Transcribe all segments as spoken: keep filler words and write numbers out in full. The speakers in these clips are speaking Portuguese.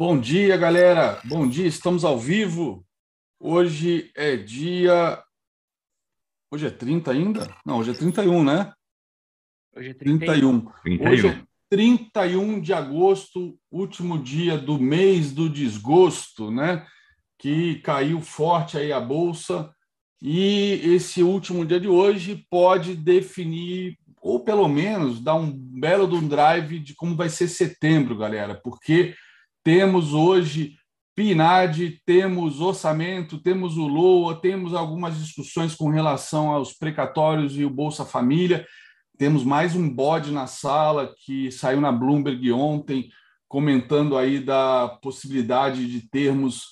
Bom dia, galera. Bom dia, estamos ao vivo. Hoje é dia. Hoje é trinta ainda? Não, hoje é trinta e um, né? Hoje é trinta e um. Hoje é trinta e um. trinta e um de agosto, último dia do mês do desgosto, né? Que caiu forte aí a bolsa. E esse último dia de hoje pode definir, ou pelo menos dar um belo de um drive de como vai ser setembro, galera, porque temos hoje P N A D, temos orçamento, temos o LOA, temos algumas discussões com relação aos precatórios e o Bolsa Família. Temos mais um bode na sala que saiu na Bloomberg ontem, comentando aí da possibilidade de termos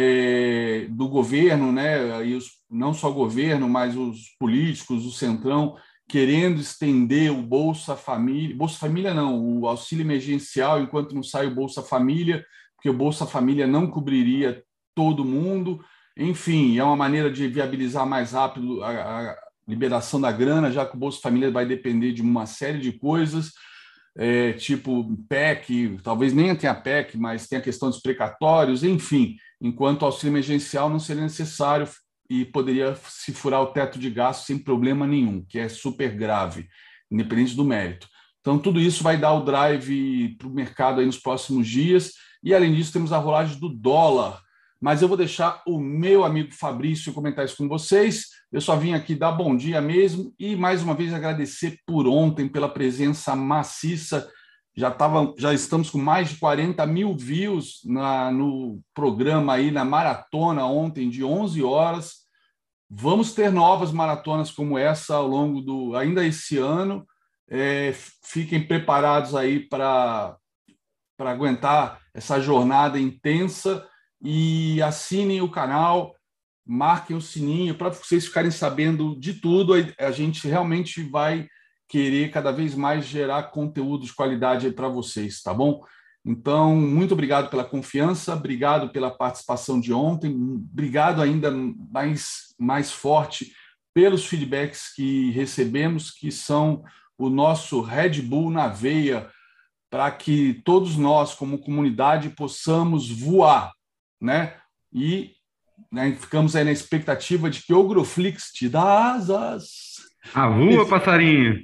é, do governo, né, e os, não só o governo, mas os políticos, o Centrão, querendo estender o Bolsa Família, Bolsa Família não, o auxílio emergencial, enquanto não sai o Bolsa Família, porque o Bolsa Família não cobriria todo mundo. Enfim, é uma maneira de viabilizar mais rápido a, a liberação da grana, já que o Bolsa Família vai depender de uma série de coisas, é, tipo P E C, talvez nem tenha P E C, mas tem a questão dos precatórios, enfim, enquanto o auxílio emergencial não seria necessário e poderia se furar o teto de gasto sem problema nenhum, que é super grave, independente do mérito. Então, tudo isso vai dar o drive para o mercado aí nos próximos dias. E, além disso, temos a rolagem do dólar. Mas eu vou deixar o meu amigo Fabrício comentar isso com vocês. Eu só vim aqui dar bom dia mesmo e, mais uma vez, agradecer por ontem, pela presença maciça. Já, tava, já estamos com mais de quarenta mil views na, no programa aí, na maratona ontem, de onze horas. Vamos ter novas maratonas como essa ao longo do ainda esse ano. É, fiquem preparados aí para para aguentar essa jornada intensa e assinem o canal, marquem o sininho para vocês ficarem sabendo de tudo. A gente realmente vai querer cada vez mais gerar conteúdo de qualidade para vocês, tá bom? Então, muito obrigado pela confiança, obrigado pela participação de ontem, obrigado ainda mais, mais forte pelos feedbacks que recebemos, que são o nosso Red Bull na veia, para que todos nós, como comunidade, possamos voar, né? E né, ficamos aí na expectativa de que o Groflix te dá asas. Avua, passarinho!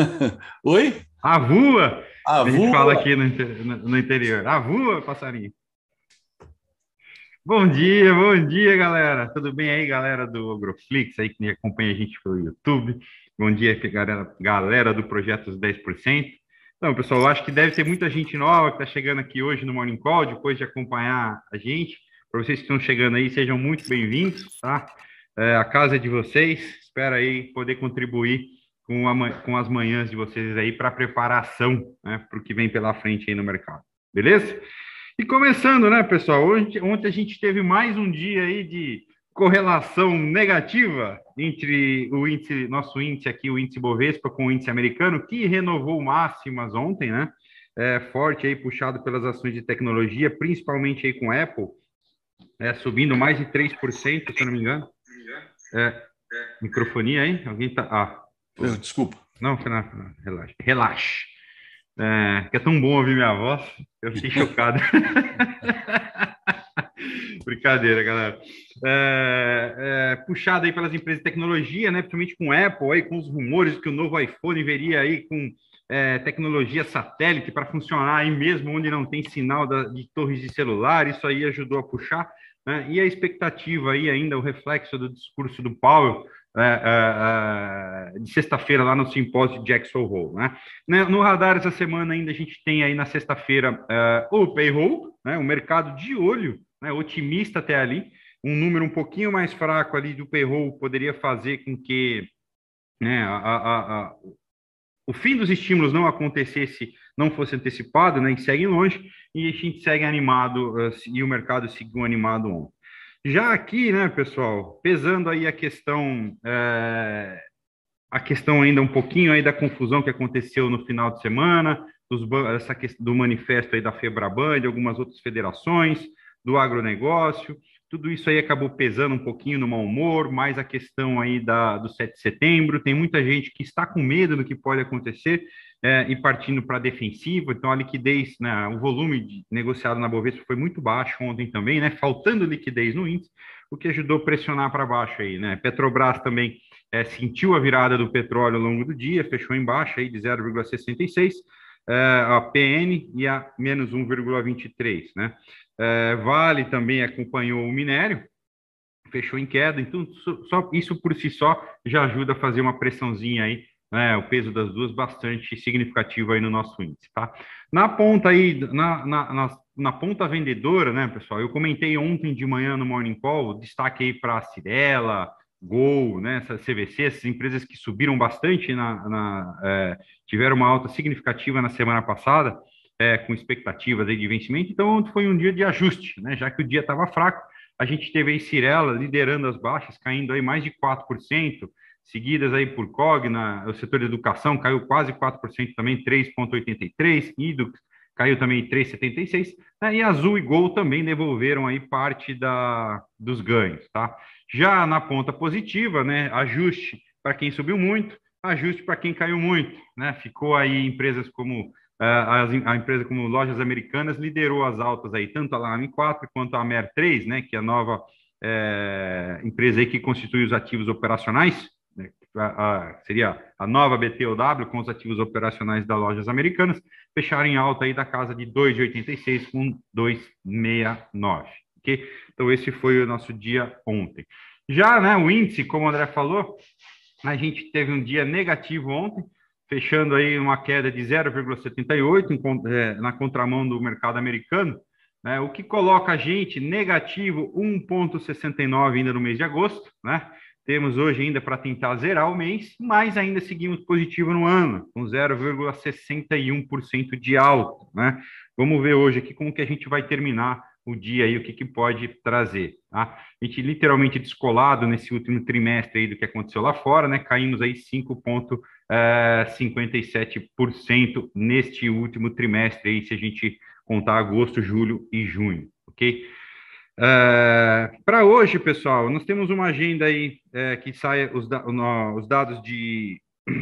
Oi? Avua! A gente fala Avua! aqui no, inter- no- no interior. Avua, passarinho! Bom dia, bom dia, galera! Tudo bem aí, galera do Agroflix, aí que acompanha a gente pelo YouTube? Bom dia, galera, galera do Projeto dos dez por cento. Então, pessoal, eu acho que deve ter muita gente nova que está chegando aqui hoje no Morning Call, depois de acompanhar a gente. Para vocês que estão chegando aí, sejam muito bem-vindos, tá? É, a casa é de vocês. Espero aí poder contribuir com, a, com as manhãs de vocês aí para preparação, né, para o que vem pela frente aí no mercado. Beleza? E começando, né, pessoal? Ontem, ontem a gente teve mais um dia aí de correlação negativa entre o índice, nosso índice aqui, o índice Bovespa, com o índice americano, que renovou máximas ontem, né? É, forte aí, puxado pelas ações de tecnologia, principalmente aí com a Apple, é, subindo mais de três por cento, se eu não me engano. É, microfonia aí? Alguém tá. Ah, tô... Desculpa. Não, não, não, relaxa. Relaxa. É, que é tão bom ouvir minha voz, eu fiquei chocado. Brincadeira, galera. É, é, puxado aí pelas empresas de tecnologia, né? Principalmente com Apple, aí, com os rumores que o novo iPhone viria aí com é, tecnologia satélite para funcionar aí mesmo onde não tem sinal da, de torres de celular. Isso aí ajudou a puxar, né? E a expectativa aí ainda, o reflexo do discurso do Powell, é, é, é, de sexta-feira lá no simpósio de Jackson Hole, né? No radar essa semana ainda a gente tem aí na sexta-feira é, o payroll, né? O mercado de olho, né, otimista até ali, um número um pouquinho mais fraco ali do payroll poderia fazer com que, né, a, a, a, o fim dos estímulos não acontecesse, não fosse antecipado, né, e segue longe, e a gente segue animado, uh, e o mercado seguiu animado ontem. Já aqui, né, pessoal, pesando aí a questão, é, a questão ainda um pouquinho aí da confusão que aconteceu no final de semana, dos, essa questão do manifesto aí da Febraban, de algumas outras federações, do agronegócio, tudo isso aí acabou pesando um pouquinho no mau humor, mais a questão aí da, do sete de setembro, tem muita gente que está com medo do que pode acontecer, é, e partindo para defensivo. Então, a liquidez, né, o volume de, negociado na Bovespa foi muito baixo ontem também, né, faltando liquidez no índice, o que ajudou a pressionar para baixo aí, né? Petrobras também é, sentiu a virada do petróleo ao longo do dia, fechou em baixa aí de zero vírgula sessenta e seis, é, a P N e a menos um vírgula vinte e três, né? É, Vale também acompanhou o minério, fechou em queda, então só isso por si só já ajuda a fazer uma pressãozinha aí, né, o peso das duas bastante significativo aí no nosso índice, tá? Na ponta aí, na, na, na, na ponta vendedora, né, pessoal, eu comentei ontem de manhã no Morning Call, destaque aí para a Cyrela, Gol, né, essa C V C, essas empresas que subiram bastante, na, na é, tiveram uma alta significativa na semana passada, é, com expectativas aí de vencimento, então ontem foi um dia de ajuste, né, já que o dia estava fraco, a gente teve aí Cyrela liderando as baixas, caindo aí mais de quatro por cento, seguidas aí por Cogna, o setor de educação caiu quase quatro por cento também, três vírgula oitenta e três, Idux caiu também três vírgula setenta e seis, né? E Azul e Gol também devolveram aí parte da, dos ganhos, tá? Já na ponta positiva, né, ajuste para quem subiu muito, ajuste para quem caiu muito, né? Ficou aí empresas como a, a empresa como Lojas Americanas liderou as altas aí, tanto a Lame quatro quanto a Mer três, né, que é a nova é, empresa aí que constitui os ativos operacionais, né, a, a, seria a nova B T O W com os ativos operacionais das Lojas Americanas, fecharam em alta aí da casa de dois vírgula oitenta e seis com dois vírgula sessenta e nove, ok? Então esse foi o nosso dia ontem. Já, né, o índice, como o André falou, a gente teve um dia negativo ontem, fechando aí uma queda de zero vírgula setenta e oito é, na contramão do mercado americano, né, o que coloca a gente negativo um vírgula sessenta e nove ainda no mês de agosto, né? Temos hoje ainda para tentar zerar o mês, mas ainda seguimos positivo no ano, com zero vírgula sessenta e um por cento de alta, né? Vamos ver hoje aqui como que a gente vai terminar o dia aí, o que, que pode trazer, tá? A gente literalmente descolado nesse último trimestre aí do que aconteceu lá fora, né? Caímos aí cinco vírgula cinquenta e sete por cento neste último trimestre aí, se a gente contar agosto, julho e junho, ok? Uh, para hoje, pessoal, nós temos uma agenda aí é, que sai os, da, os dados de,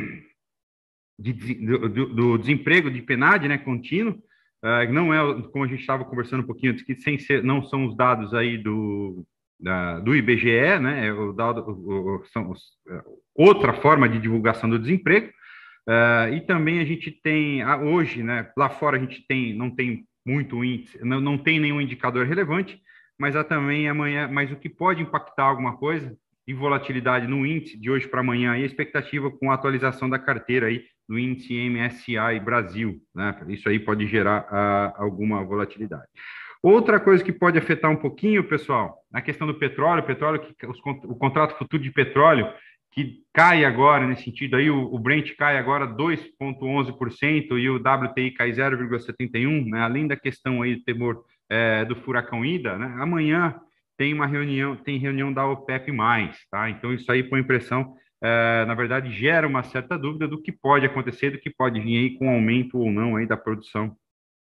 de, do, do desemprego de P N A D, né, contínuo. Uh, não é, como a gente estava conversando um pouquinho antes, que sem ser, não são os dados aí do, da, do I B G E, né, é o dado, o, o, são os, é, outra forma de divulgação do desemprego. Uh, e também a gente tem, hoje, né, lá fora a gente tem, não tem muito índice, não, não tem nenhum indicador relevante, mas há também amanhã, mas o que pode impactar alguma coisa de volatilidade no índice de hoje para amanhã e a expectativa com a atualização da carteira aí do índice M S I Brasil, né? Isso aí pode gerar uh, alguma volatilidade. Outra coisa que pode afetar um pouquinho, pessoal, a questão do petróleo, petróleo que os, o contrato futuro de petróleo que cai agora nesse sentido aí, o, o Brent cai agora dois vírgula onze por cento e o W T I cai zero vírgula setenta e um por cento, né? Além da questão aí do temor é, do furacão Ida, né? Amanhã tem uma reunião, tem reunião da OPEP mais, tá? Então isso aí põe impressão, é, na verdade gera uma certa dúvida do que pode acontecer, do que pode vir aí com aumento ou não aí da produção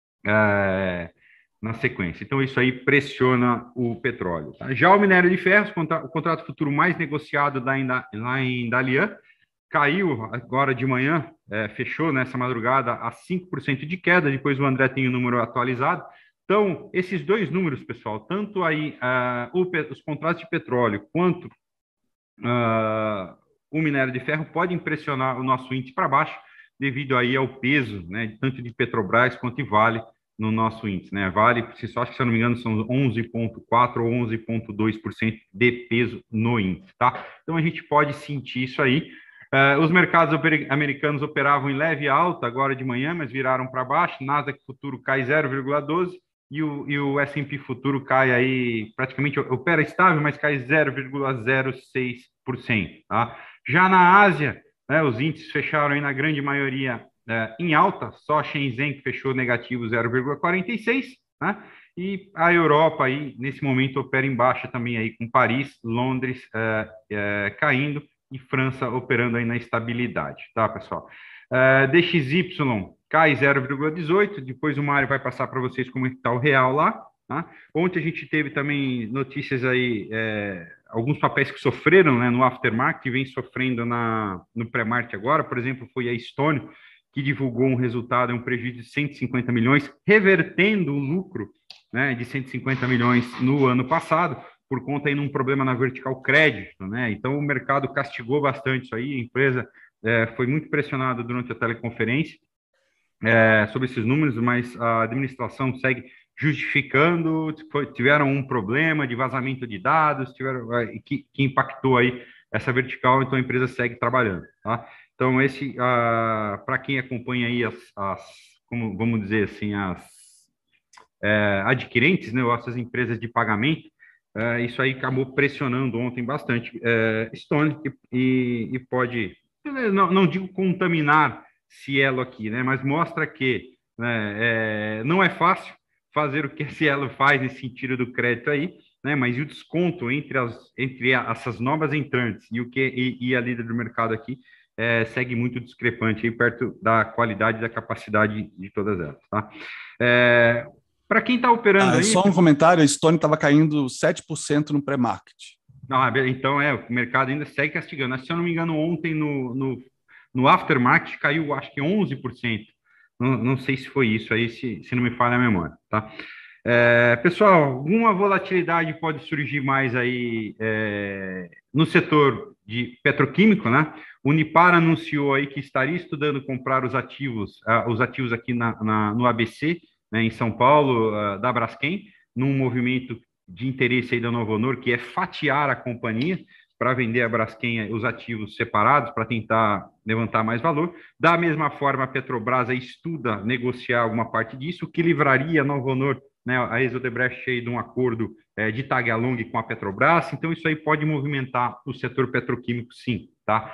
é, na sequência. Então, isso aí pressiona o petróleo. Tá? Já o minério de ferro, o contrato futuro mais negociado lá em, lá em Dalian, caiu agora de manhã, é, fechou nessa madrugada a cinco por cento de queda, depois o André tem o número atualizado. Então, esses dois números, pessoal, tanto aí uh, o, os contratos de petróleo quanto uh, o minério de ferro podem pressionar o nosso índice para baixo, devido aí ao peso, né, tanto de Petrobras quanto de Vale, no nosso índice, né? Vale, se acho que se eu não me engano, são onze vírgula quatro ou onze vírgula dois por cento de peso no índice, tá? Então a gente pode sentir isso aí. Uh, os mercados oper americanos operavam em leve alta agora de manhã, mas viraram para baixo. Nasdaq futuro cai zero vírgula doze e o, e o S e P futuro cai aí, praticamente opera estável, mas cai zero vírgula zero seis por cento, tá? Já na Ásia, né, os índices fecharam aí na grande maioria É, em alta, só a Shenzhen que fechou negativo zero vírgula quarenta e seis, né? E a Europa aí, nesse momento, opera em baixa também aí, com Paris, Londres é, é, caindo e França operando aí na estabilidade, tá, pessoal? É, D X Y cai zero vírgula dezoito, depois o Mário vai passar para vocês como está o real lá, tá? Ontem a gente teve também notícias aí, é, alguns papéis que sofreram, né, no aftermarket, que vem sofrendo na, no pré-market agora, por exemplo, foi a Stone, que divulgou um resultado, um prejuízo de cento e cinquenta milhões, revertendo o lucro, né, de cento e cinquenta milhões no ano passado, por conta aí de um problema na vertical crédito, né? Então o mercado castigou bastante isso aí, a empresa é, foi muito pressionada durante a teleconferência é, sobre esses números, mas a administração segue justificando, foi, tiveram um problema de vazamento de dados, tiveram, é, que, que impactou aí essa vertical, então a empresa segue trabalhando, tá? Então esse, ah, para quem acompanha aí as, as, como vamos dizer assim, as é, adquirentes, né, ou essas empresas de pagamento, é, isso aí acabou pressionando ontem bastante é, Stone e, e pode, não, não digo contaminar Cielo aqui, né, mas mostra que né, é, não é fácil fazer o que a Cielo faz nesse sentido do crédito aí, né, mas o desconto entre, as, entre essas novas entrantes e, o que, e, e a líder do mercado aqui é, segue muito discrepante aí, perto da qualidade e da capacidade de todas elas, tá? É, para quem está operando ah, aí... Só um comentário, a Stone estava caindo sete por cento no pré-market. Ah, então, é, o mercado ainda segue castigando. Se eu não me engano, ontem no, no, no aftermarket caiu, acho que onze por cento. Não, não sei se foi isso aí, se, se não me falha a memória, tá? É, pessoal, alguma volatilidade pode surgir mais aí é, no setor de petroquímico, né? Unipar anunciou aí que estaria estudando comprar os ativos, uh, os ativos aqui na, na, no A B C, né, em São Paulo, uh, da Braskem, num movimento de interesse aí da Novo Honor, que é fatiar a companhia para vender a Braskem os ativos separados, para tentar levantar mais valor. Da mesma forma, a Petrobras aí estuda negociar alguma parte disso, o que livraria a Novo Honor, né, a Exodebrecht aí de um acordo é, de tag-along com a Petrobras. Então, isso aí pode movimentar o setor petroquímico, sim, tá?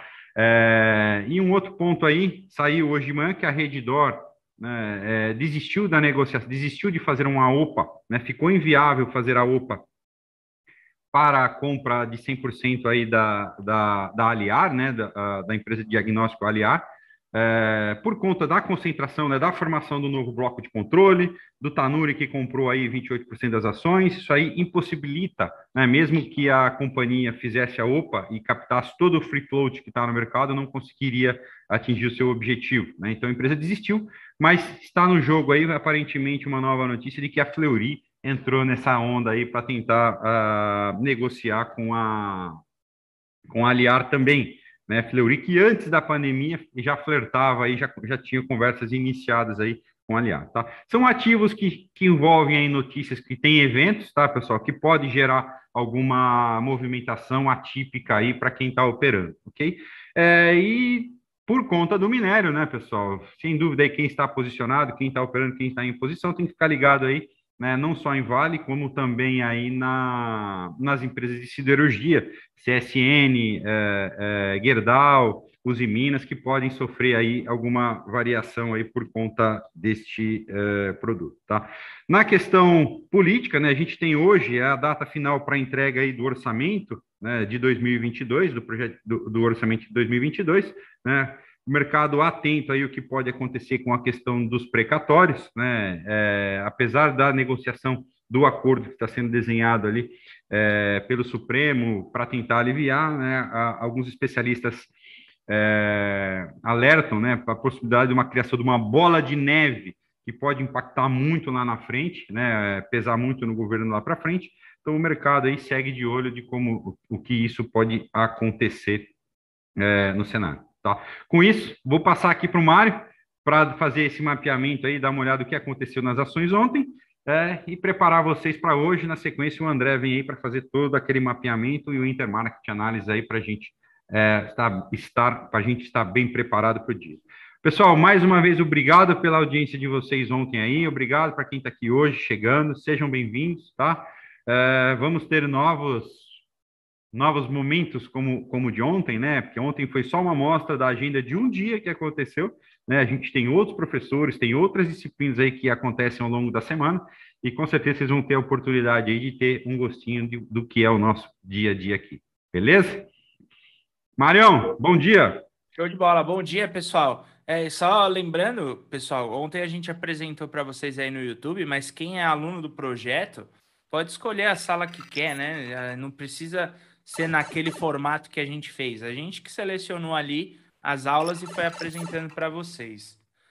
É, e um outro ponto aí, saiu hoje de manhã, que a Redditor né, é, desistiu da negociação, desistiu de fazer uma OPA, né, ficou inviável fazer a OPA para a compra de cem por cento aí da, da, da Aliar, né, da, da empresa de diagnóstico Aliar, é, por conta da concentração, né, da formação do novo bloco de controle, do Tanuri que comprou aí vinte e oito por cento das ações. Isso aí impossibilita, né, mesmo que a companhia fizesse a OPA e captasse todo o free float que está no mercado, não conseguiria atingir o seu objetivo, né? Então a empresa desistiu, mas está no jogo aí aparentemente uma nova notícia de que a Fleury entrou nessa onda aí para tentar uh, negociar com a com a Aliar também, né? Fleury que antes da pandemia já flertava aí, já, já tinha conversas iniciadas aí com a Aliar, tá? São ativos que, que envolvem aí notícias que tem eventos, tá, pessoal, que pode gerar alguma movimentação atípica aí para quem está operando, ok? É, e por conta do minério, né, pessoal? Sem dúvida aí quem está posicionado, quem está operando, quem está em posição, tem que ficar ligado aí, né, não só em Vale, como também aí na, nas empresas de siderurgia, C S N, é, é, Gerdau, Usiminas, que podem sofrer aí alguma variação aí por conta deste é, produto, tá? Na questão política, né, a gente tem hoje a data final para entrega aí do orçamento, né, de dois mil e vinte e dois, do projeto do, do orçamento de dois mil e vinte e dois, né? O mercado atento aí o que pode acontecer com a questão dos precatórios, né? É, apesar da negociação do acordo que está sendo desenhado ali é, pelo Supremo para tentar aliviar, né? Alguns especialistas é, alertam, né, para a possibilidade de uma criação de uma bola de neve que pode impactar muito lá na frente, né? Pesar muito no governo lá para frente. Então o mercado aí segue de olho de como o que isso pode acontecer é, no cenário. Tá? Com isso, vou passar aqui para o Mário para fazer esse mapeamento aí, dar uma olhada no que aconteceu nas ações ontem é, e preparar vocês para hoje. Na sequência, o André vem aí para fazer todo aquele mapeamento e o Intermarket Análise aí para a gente é, estar, estar, para a gente estar bem preparado para o dia. Pessoal, mais uma vez, obrigado pela audiência de vocês ontem aí, obrigado para quem está aqui hoje chegando, sejam bem-vindos, tá? É, vamos ter novos novos momentos como como de ontem, né? Porque ontem foi só uma amostra da agenda de um dia que aconteceu, né? A gente tem outros professores, tem outras disciplinas aí que acontecem ao longo da semana e com certeza vocês vão ter a oportunidade aí de ter um gostinho de, do que é o nosso dia a dia aqui, beleza? Marião, bom dia. Show de bola, bom dia, pessoal. É, só lembrando, pessoal, ontem a gente apresentou para vocês aí no YouTube, mas quem é aluno do projeto pode escolher a sala que quer, né? Não precisa ser naquele formato que a gente fez. A gente que selecionou ali as aulas e foi apresentando para vocês.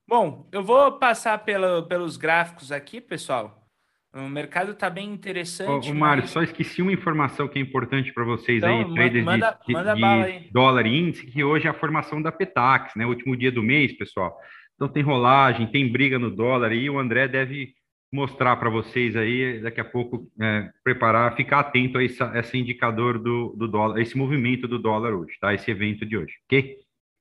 Bom, eu vou passar pelo, pelos gráficos aqui, pessoal. O mercado está bem Ô, ô interessante, Mário, mas só esqueci uma informação que é importante para vocês aí, então ma- traders de, manda, de, manda bala de aí. dólar e índice, que hoje é a formação da Petax, né? Último dia do mês, pessoal. Então tem rolagem, tem briga no dólar aí, o André deve mostrar para vocês aí, daqui a pouco, é, preparar, ficar atento a essa, esse indicador do, do dólar, esse movimento do dólar hoje, tá? Esse evento de hoje, ok?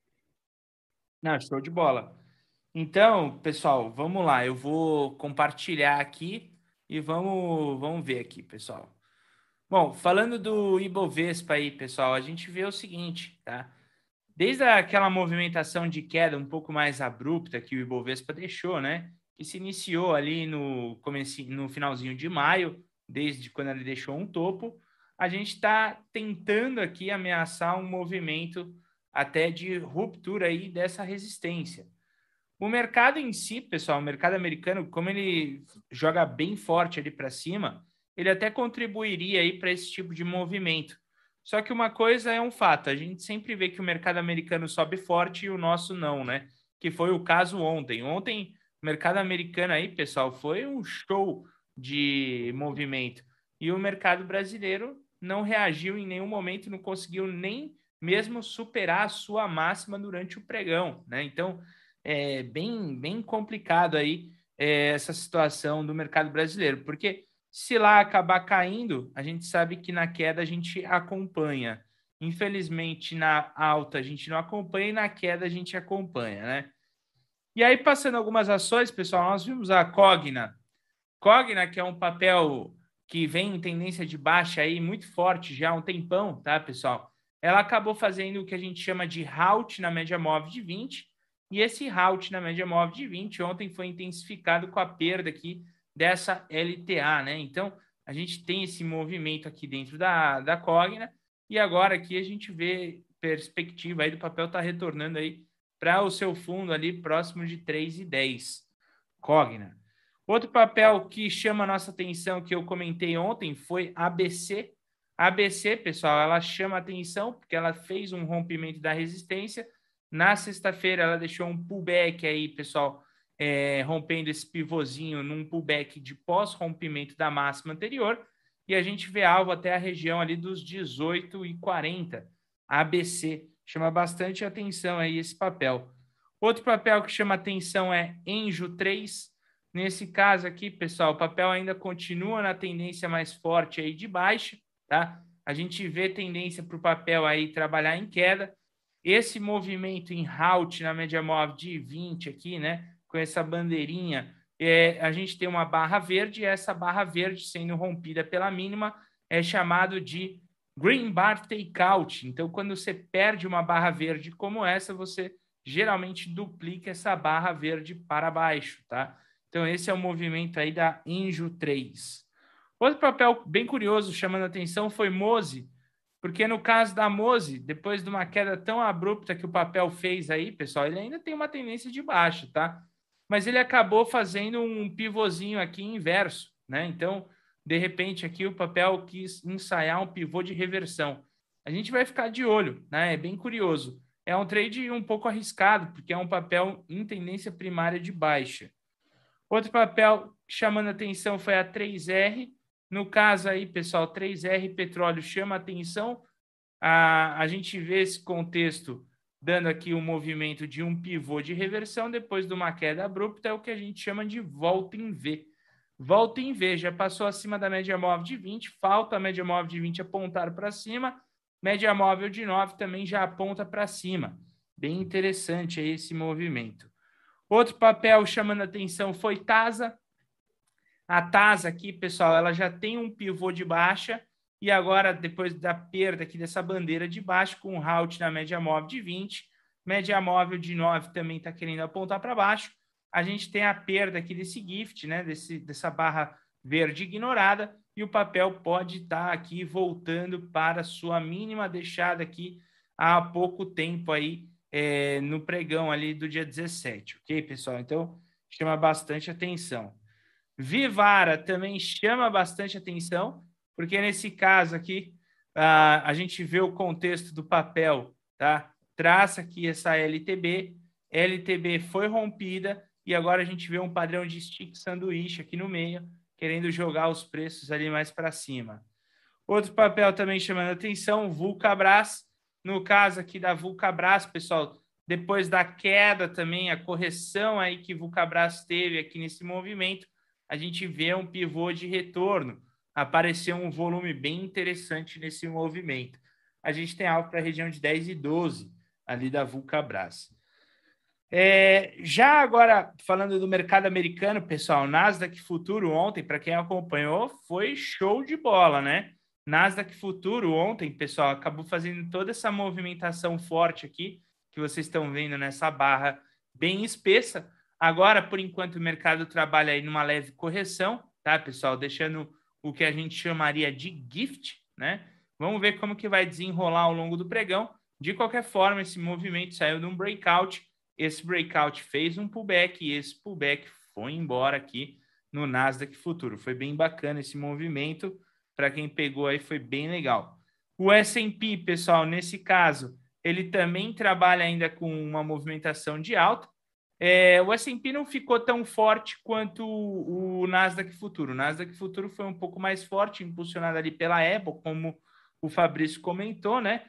Não, show de bola. Então, pessoal, vamos lá. Eu vou compartilhar aqui e vamos, vamos ver aqui, pessoal. Bom, falando do Ibovespa aí, pessoal, a gente vê o seguinte, tá? Desde aquela movimentação de queda um pouco mais abrupta que o Ibovespa deixou, né? Que se iniciou ali no, comece... no finalzinho de maio, desde quando ele deixou um topo, a gente está tentando aqui ameaçar um movimento até de ruptura aí dessa resistência. O mercado em si, pessoal, o mercado americano, como ele joga bem forte ali para cima, ele até contribuiria aí para esse tipo de movimento. Só que uma coisa é um fato, a gente sempre vê que o mercado americano sobe forte e o nosso não, né? Que foi o caso ontem. Ontem, o mercado americano aí, pessoal, foi um show de movimento. E o mercado brasileiro não reagiu em nenhum momento, não conseguiu nem mesmo superar a sua máxima durante o pregão, né? Então, é bem, bem complicado aí é, essa situação do mercado brasileiro, porque se lá acabar caindo, a gente sabe que na queda a gente acompanha. Infelizmente, na alta a gente não acompanha e na queda a gente acompanha, né? E aí, passando algumas ações, pessoal, nós vimos a Cogna. Cogna, que é um papel que vem em tendência de baixa aí muito forte já há um tempão, tá, pessoal? Ela acabou fazendo o que a gente chama de halt na média móvel de vinte, e esse halt na média móvel de vinte ontem foi intensificado com a perda aqui dessa L T A, né? Então, a gente tem esse movimento aqui dentro da, da Cogna, e agora aqui a gente vê perspectiva aí do papel tá retornando aí para o seu fundo ali próximo de três e dez. Cogna. Outro papel que chama a nossa atenção, que eu comentei ontem, foi A B C. A B C, pessoal, ela chama atenção porque ela fez um rompimento da resistência. Na sexta-feira, ela deixou um pullback aí, pessoal, é, rompendo esse pivôzinho num pullback de pós-rompimento da máxima anterior. E a gente vê alvo até a região ali dos dezoito e quarenta. A B C chama bastante atenção aí esse papel. Outro papel que chama atenção é Enjo três. Nesse caso aqui, pessoal, o papel ainda continua na tendência mais forte aí de baixa, tá? A gente vê tendência para o papel aí trabalhar em queda. Esse movimento em halt na média móvel de vinte aqui, né? Com essa bandeirinha, é, a gente tem uma barra verde e essa barra verde sendo rompida pela mínima é chamado de green bar takeout. Então, quando você perde uma barra verde como essa, você geralmente duplica essa barra verde para baixo, tá? Então, esse é o movimento aí da Enjo três. Outro papel bem curioso chamando a atenção foi Mose, porque no caso da Mose, depois de uma queda tão abrupta que o papel fez aí, pessoal, ele ainda tem uma tendência de baixa, tá? Mas ele acabou fazendo um pivôzinho aqui inverso, né? Então, de repente, aqui o papel quis ensaiar um pivô de reversão. A gente vai ficar de olho, né? É bem curioso. É um trade um pouco arriscado, porque é um papel em tendência primária de baixa. Outro papel chamando atenção foi a três R. No caso aí, pessoal, três R petróleo chama atenção. A, a gente vê esse contexto dando aqui um movimento de um pivô de reversão depois de uma queda abrupta, é o que a gente chama de volta em V. Volta em V, já passou acima da média móvel de vinte, falta a média móvel de vinte apontar para cima, média móvel de nove também já aponta para cima. Bem interessante aí esse movimento. Outro papel chamando atenção foi Tasa. A Tasa aqui, pessoal, ela já tem um pivô de baixa e agora, depois da perda aqui dessa bandeira de baixo, com um halt na média móvel de vinte, média móvel de nove também está querendo apontar para baixo, a gente tem a perda aqui desse gift, né, desse, dessa barra verde ignorada, e o papel pode estar tá aqui voltando para sua mínima deixada aqui há pouco tempo aí, É, no pregão ali do dia dezessete, ok, pessoal? Então, chama bastante atenção. Vivara também chama bastante atenção, porque nesse caso aqui, a, a gente vê o contexto do papel, tá? Traça aqui essa L T B, L T B foi rompida e agora a gente vê um padrão de stick sanduíche aqui no meio, querendo jogar os preços ali mais para cima. Outro papel também chamando a atenção, Vulcabras. No caso aqui da Vulcabras, pessoal, depois da queda também, a correção aí que Vulcabras teve aqui nesse movimento, a gente vê um pivô de retorno. Apareceu um volume bem interessante nesse movimento. A gente tem algo para a região de dez e doze ali da Vulcabras. É, já agora, falando do mercado americano, pessoal, Nasdaq Futuro ontem, para quem acompanhou, foi show de bola, né? Nasdaq Futuro ontem, pessoal, acabou fazendo toda essa movimentação forte aqui, que vocês estão vendo nessa barra bem espessa. Agora, por enquanto, o mercado trabalha aí numa leve correção, tá, pessoal? Deixando o que a gente chamaria de gift, né? Vamos ver como que vai desenrolar ao longo do pregão. De qualquer forma, esse movimento saiu de um breakout. Esse breakout fez um pullback e esse pullback foi embora aqui no Nasdaq Futuro. Foi bem bacana esse movimento. Para quem pegou aí, foi bem legal. O S and P, pessoal, nesse caso, ele também trabalha ainda com uma movimentação de alta. É, o S and P não ficou tão forte quanto o, o Nasdaq Futuro. O Nasdaq Futuro foi um pouco mais forte, impulsionado ali pela Apple, como o Fabrício comentou, né?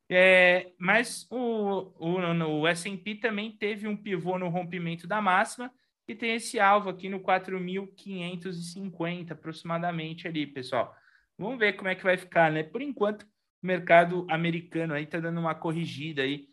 É, mas o, o, o S and P também teve um pivô no rompimento da máxima e tem esse alvo aqui no quatro mil quinhentos e cinquenta aproximadamente ali, pessoal. Vamos ver como é que vai ficar, né? Por enquanto, o mercado americano aí tá dando uma corrigida aí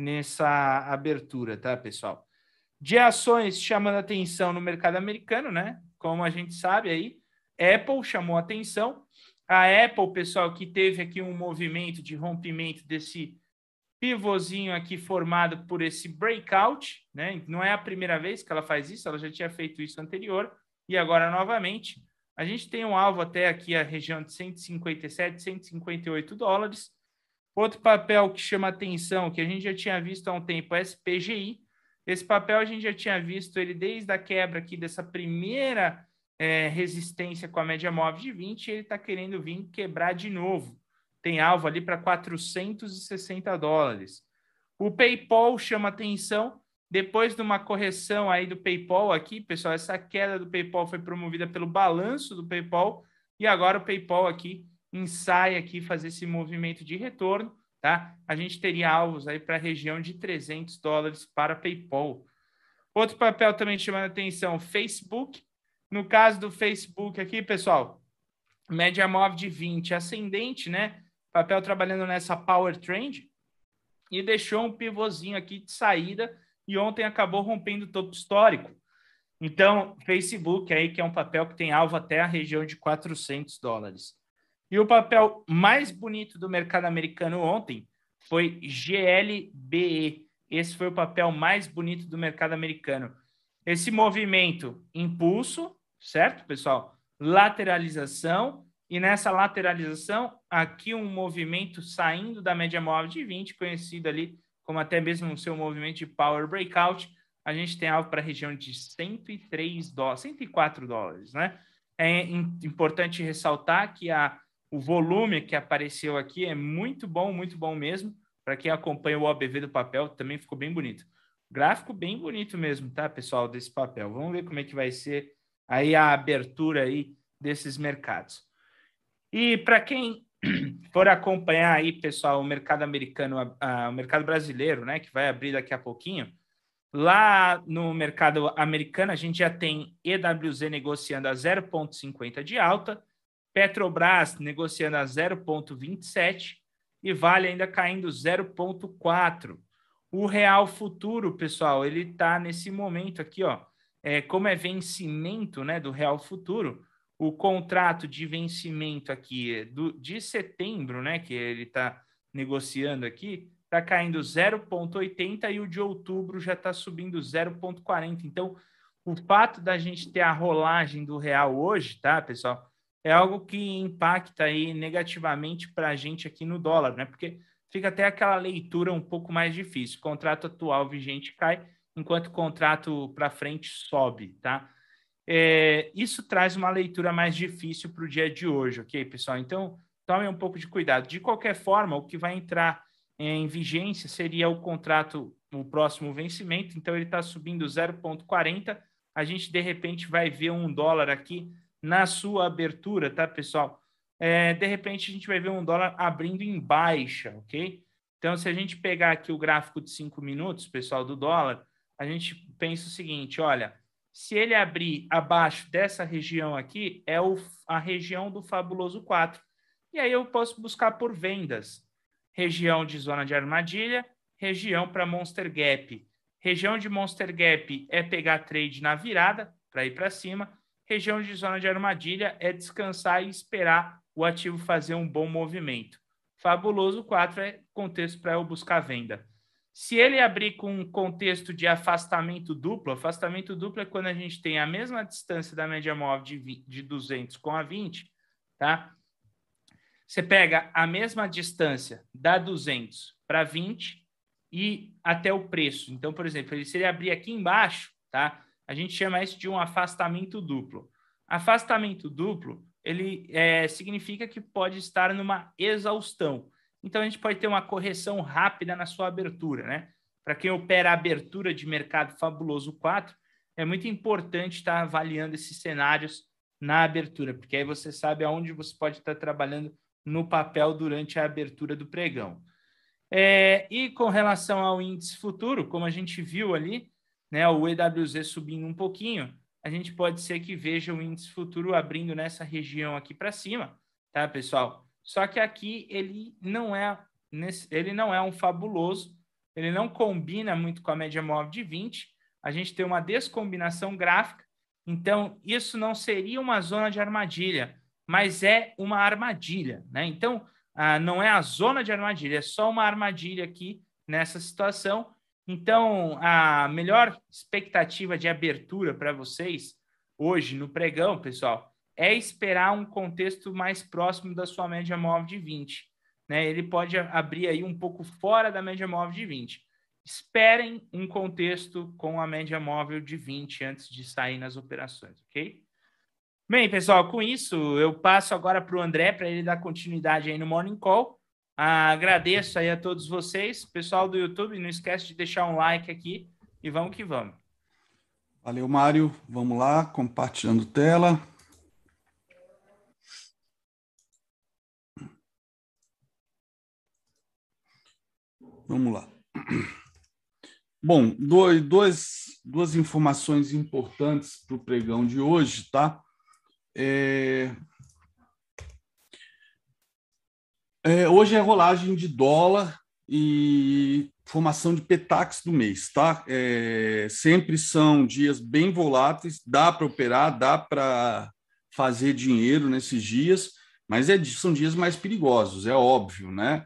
nessa abertura, tá, pessoal? De ações chamando atenção no mercado americano, né? Como a gente sabe aí, Apple chamou atenção. A Apple, pessoal, que teve aqui um movimento de rompimento desse pivôzinho aqui formado por esse breakout, né? Não é a primeira vez que ela faz isso, ela já tinha feito isso anterior e agora novamente. A gente tem um alvo até aqui a região de cento e cinquenta e sete, cento e cinquenta e oito dólares. Outro papel que chama atenção, que a gente já tinha visto há um tempo, é S P G I. Esse papel a gente já tinha visto ele desde a quebra aqui dessa primeira É, resistência com a média móvel de vinte, ele está querendo vir quebrar de novo. Tem alvo ali para quatrocentos e sessenta dólares. O PayPal chama atenção. Depois de uma correção aí do PayPal aqui, pessoal, essa queda do PayPal foi promovida pelo balanço do PayPal e agora o PayPal aqui ensaia aqui fazer esse movimento de retorno, tá? A gente teria alvos aí para a região de trezentos dólares para PayPal. Outro papel também chamando atenção, Facebook. No caso do Facebook aqui, pessoal, média móvel de vinte ascendente, né? Papel trabalhando nessa Power Trend e deixou um pivôzinho aqui de saída e ontem acabou rompendo o topo histórico. Então, Facebook aí, que é um papel que tem alvo até a região de quatrocentos dólares. E o papel mais bonito do mercado americano ontem foi G L B E. Esse foi o papel mais bonito do mercado americano. Esse movimento, impulso, certo, pessoal? Lateralização, e nessa lateralização, aqui um movimento saindo da média móvel de vinte, conhecido ali como até mesmo o seu movimento de Power Breakout. A gente tem algo para a região de cento e três dólares, cento e quatro dólares, né? É importante ressaltar que a, o volume que apareceu aqui é muito bom, muito bom mesmo. Para quem acompanha o O B V do papel, também ficou bem bonito. Gráfico bem bonito mesmo, tá, pessoal, desse papel. Vamos ver como é que vai ser aí a abertura aí desses mercados. E para quem for acompanhar aí, pessoal, o mercado americano, a, a, o mercado brasileiro, né, que vai abrir daqui a pouquinho, lá no mercado americano a gente já tem E W Z negociando a zero vírgula cinquenta de alta, Petrobras negociando a zero vírgula vinte e sete e Vale ainda caindo zero vírgula quatro. O real futuro, pessoal, ele está nesse momento aqui, ó, é, como é vencimento, né, do real futuro, o contrato de vencimento aqui do, de setembro, né, que ele está negociando aqui, está caindo zero vírgula oitenta e o de outubro já está subindo zero vírgula quarenta. Então, o fato da gente ter a rolagem do real hoje, tá, pessoal, é algo que impacta aí negativamente para a gente aqui no dólar, né, porque fica até aquela leitura um pouco mais difícil. O contrato atual vigente cai, enquanto o contrato para frente sobe, tá? É, isso traz uma leitura mais difícil para o dia de hoje, ok, pessoal? Então, tomem um pouco de cuidado. De qualquer forma, o que vai entrar em vigência seria o contrato, o próximo vencimento, então ele está subindo zero vírgula quarenta. A gente, de repente, vai ver um dólar aqui na sua abertura, tá, pessoal? É, de repente, a gente vai ver um dólar abrindo em baixa, ok? Então, se a gente pegar aqui o gráfico de cinco minutos, pessoal, do dólar, a gente pensa o seguinte, olha, se ele abrir abaixo dessa região aqui, é o, a região do fabuloso quatro. E aí eu posso buscar por vendas. Região de zona de armadilha, região para Monster Gap. Região de Monster Gap é pegar trade na virada, para ir para cima. Região de zona de armadilha é descansar e esperar o ativo fazer um bom movimento. Fabuloso quatro é contexto para eu buscar venda. Se ele abrir com um contexto de afastamento duplo, afastamento duplo é quando a gente tem a mesma distância da média móvel de, de duzentos com a vinte, tá? Você pega a mesma distância da duzentos para vinte e até o preço. Então, por exemplo, se ele abrir aqui embaixo, tá? A gente chama isso de um afastamento duplo. Afastamento duplo, ele é, significa que pode estar numa exaustão. Então, a gente pode ter uma correção rápida na sua abertura, né? Para quem opera a abertura de mercado fabuloso quatro, é muito importante estar avaliando esses cenários na abertura, porque aí você sabe aonde você pode estar trabalhando no papel durante a abertura do pregão. É, e com relação ao índice futuro, como a gente viu ali, né, o E W Z subindo um pouquinho, a gente pode ser que veja o índice futuro abrindo nessa região aqui para cima, tá, pessoal? Só que aqui ele não é ele não é um fabuloso, ele não combina muito com a média móvel de vinte, a gente tem uma descombinação gráfica, então isso não seria uma zona de armadilha, mas é uma armadilha, né? Então, ah, não é a zona de armadilha, é só uma armadilha aqui nessa situação. Então, a melhor expectativa de abertura para vocês hoje no pregão, pessoal, é esperar um contexto mais próximo da sua média móvel de vinte. Né? Ele pode abrir aí um pouco fora da média móvel de vinte. Esperem um contexto com a média móvel de vinte antes de sair nas operações, ok? Bem, pessoal, com isso, eu passo agora para o André, para ele dar continuidade aí no Morning Call. Ah, agradeço aí a todos vocês. Pessoal do YouTube, não esquece de deixar um like aqui e vamos que vamos. Valeu, Mário. Vamos lá, compartilhando tela. Vamos lá. Bom, dois, dois, duas informações importantes para o pregão de hoje, tá? É... É, hoje é rolagem de dólar e formação de Petax do mês, tá? É, sempre são dias bem voláteis, dá para operar, dá para fazer dinheiro nesses dias, mas é, são dias mais perigosos, é óbvio, né?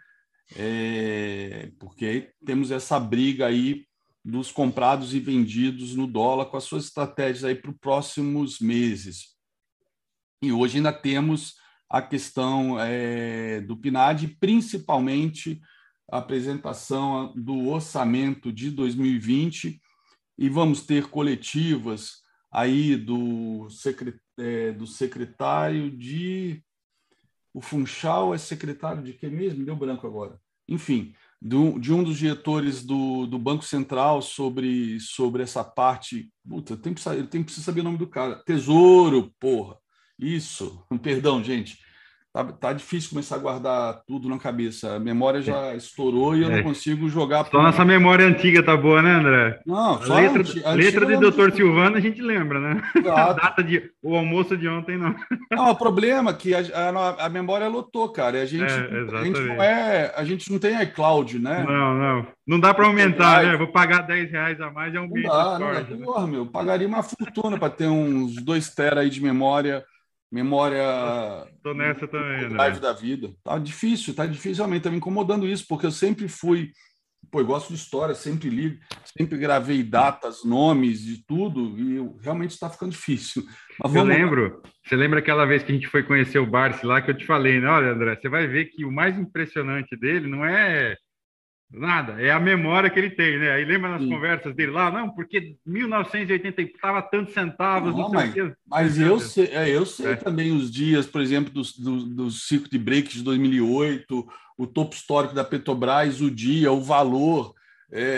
É, porque aí temos essa briga aí dos comprados e vendidos no dólar com as suas estratégias aí para os próximos meses. E hoje ainda temos a questão é, do P N A D, principalmente a apresentação do orçamento de dois mil e vinte, e vamos ter coletivas aí do, secret, é, do secretário de... O Funchal é secretário de quem mesmo? Me deu branco agora. Enfim, do, de um dos diretores do, do Banco Central sobre, sobre essa parte... Puta, eu tenho, que, eu tenho que saber o nome do cara. Tesouro, porra. Isso. Perdão, gente. Tá, tá difícil começar a guardar tudo na cabeça. A memória já estourou e eu é. não consigo jogar... Só nossa memória antiga tá boa, né, André? Não, só a letra, antiga, a letra de doutor Silvano a gente lembra, né? A data de o almoço de ontem, não. Não, o problema é que a, a, a memória lotou, cara. E a gente, é, a gente não é... A gente não tem iCloud, né? Não, não. Não dá para aumentar, né? Vou pagar dez reais a mais e aumenta. Não dá, não dá. Né? Porra, meu. Pagaria uma fortuna para ter uns dois tera aí de memória... Memória... Tô nessa também, né? Drive da vida. Tá difícil, tá difícil realmente. Tá me incomodando isso, porque eu sempre fui... Pô, eu gosto de história, sempre li, sempre gravei datas, nomes e tudo, e eu, realmente está ficando difícil. Mas vamos... Eu lembro, você lembra aquela vez que a gente foi conhecer o Barsi lá, que eu te falei, né? Olha, André, você vai ver que o mais impressionante dele não é... Nada, é a memória que ele tem, né? Aí lembra nas Sim. conversas dele lá, não, porque mil novecentos e oitenta estava tantos centavos, não, não mas, sei o quê. Mas eu sei, é, eu sei é. também os dias, por exemplo, do, do, do ciclo de break de dois mil e oito, o topo histórico da Petrobras, o dia, o valor. É,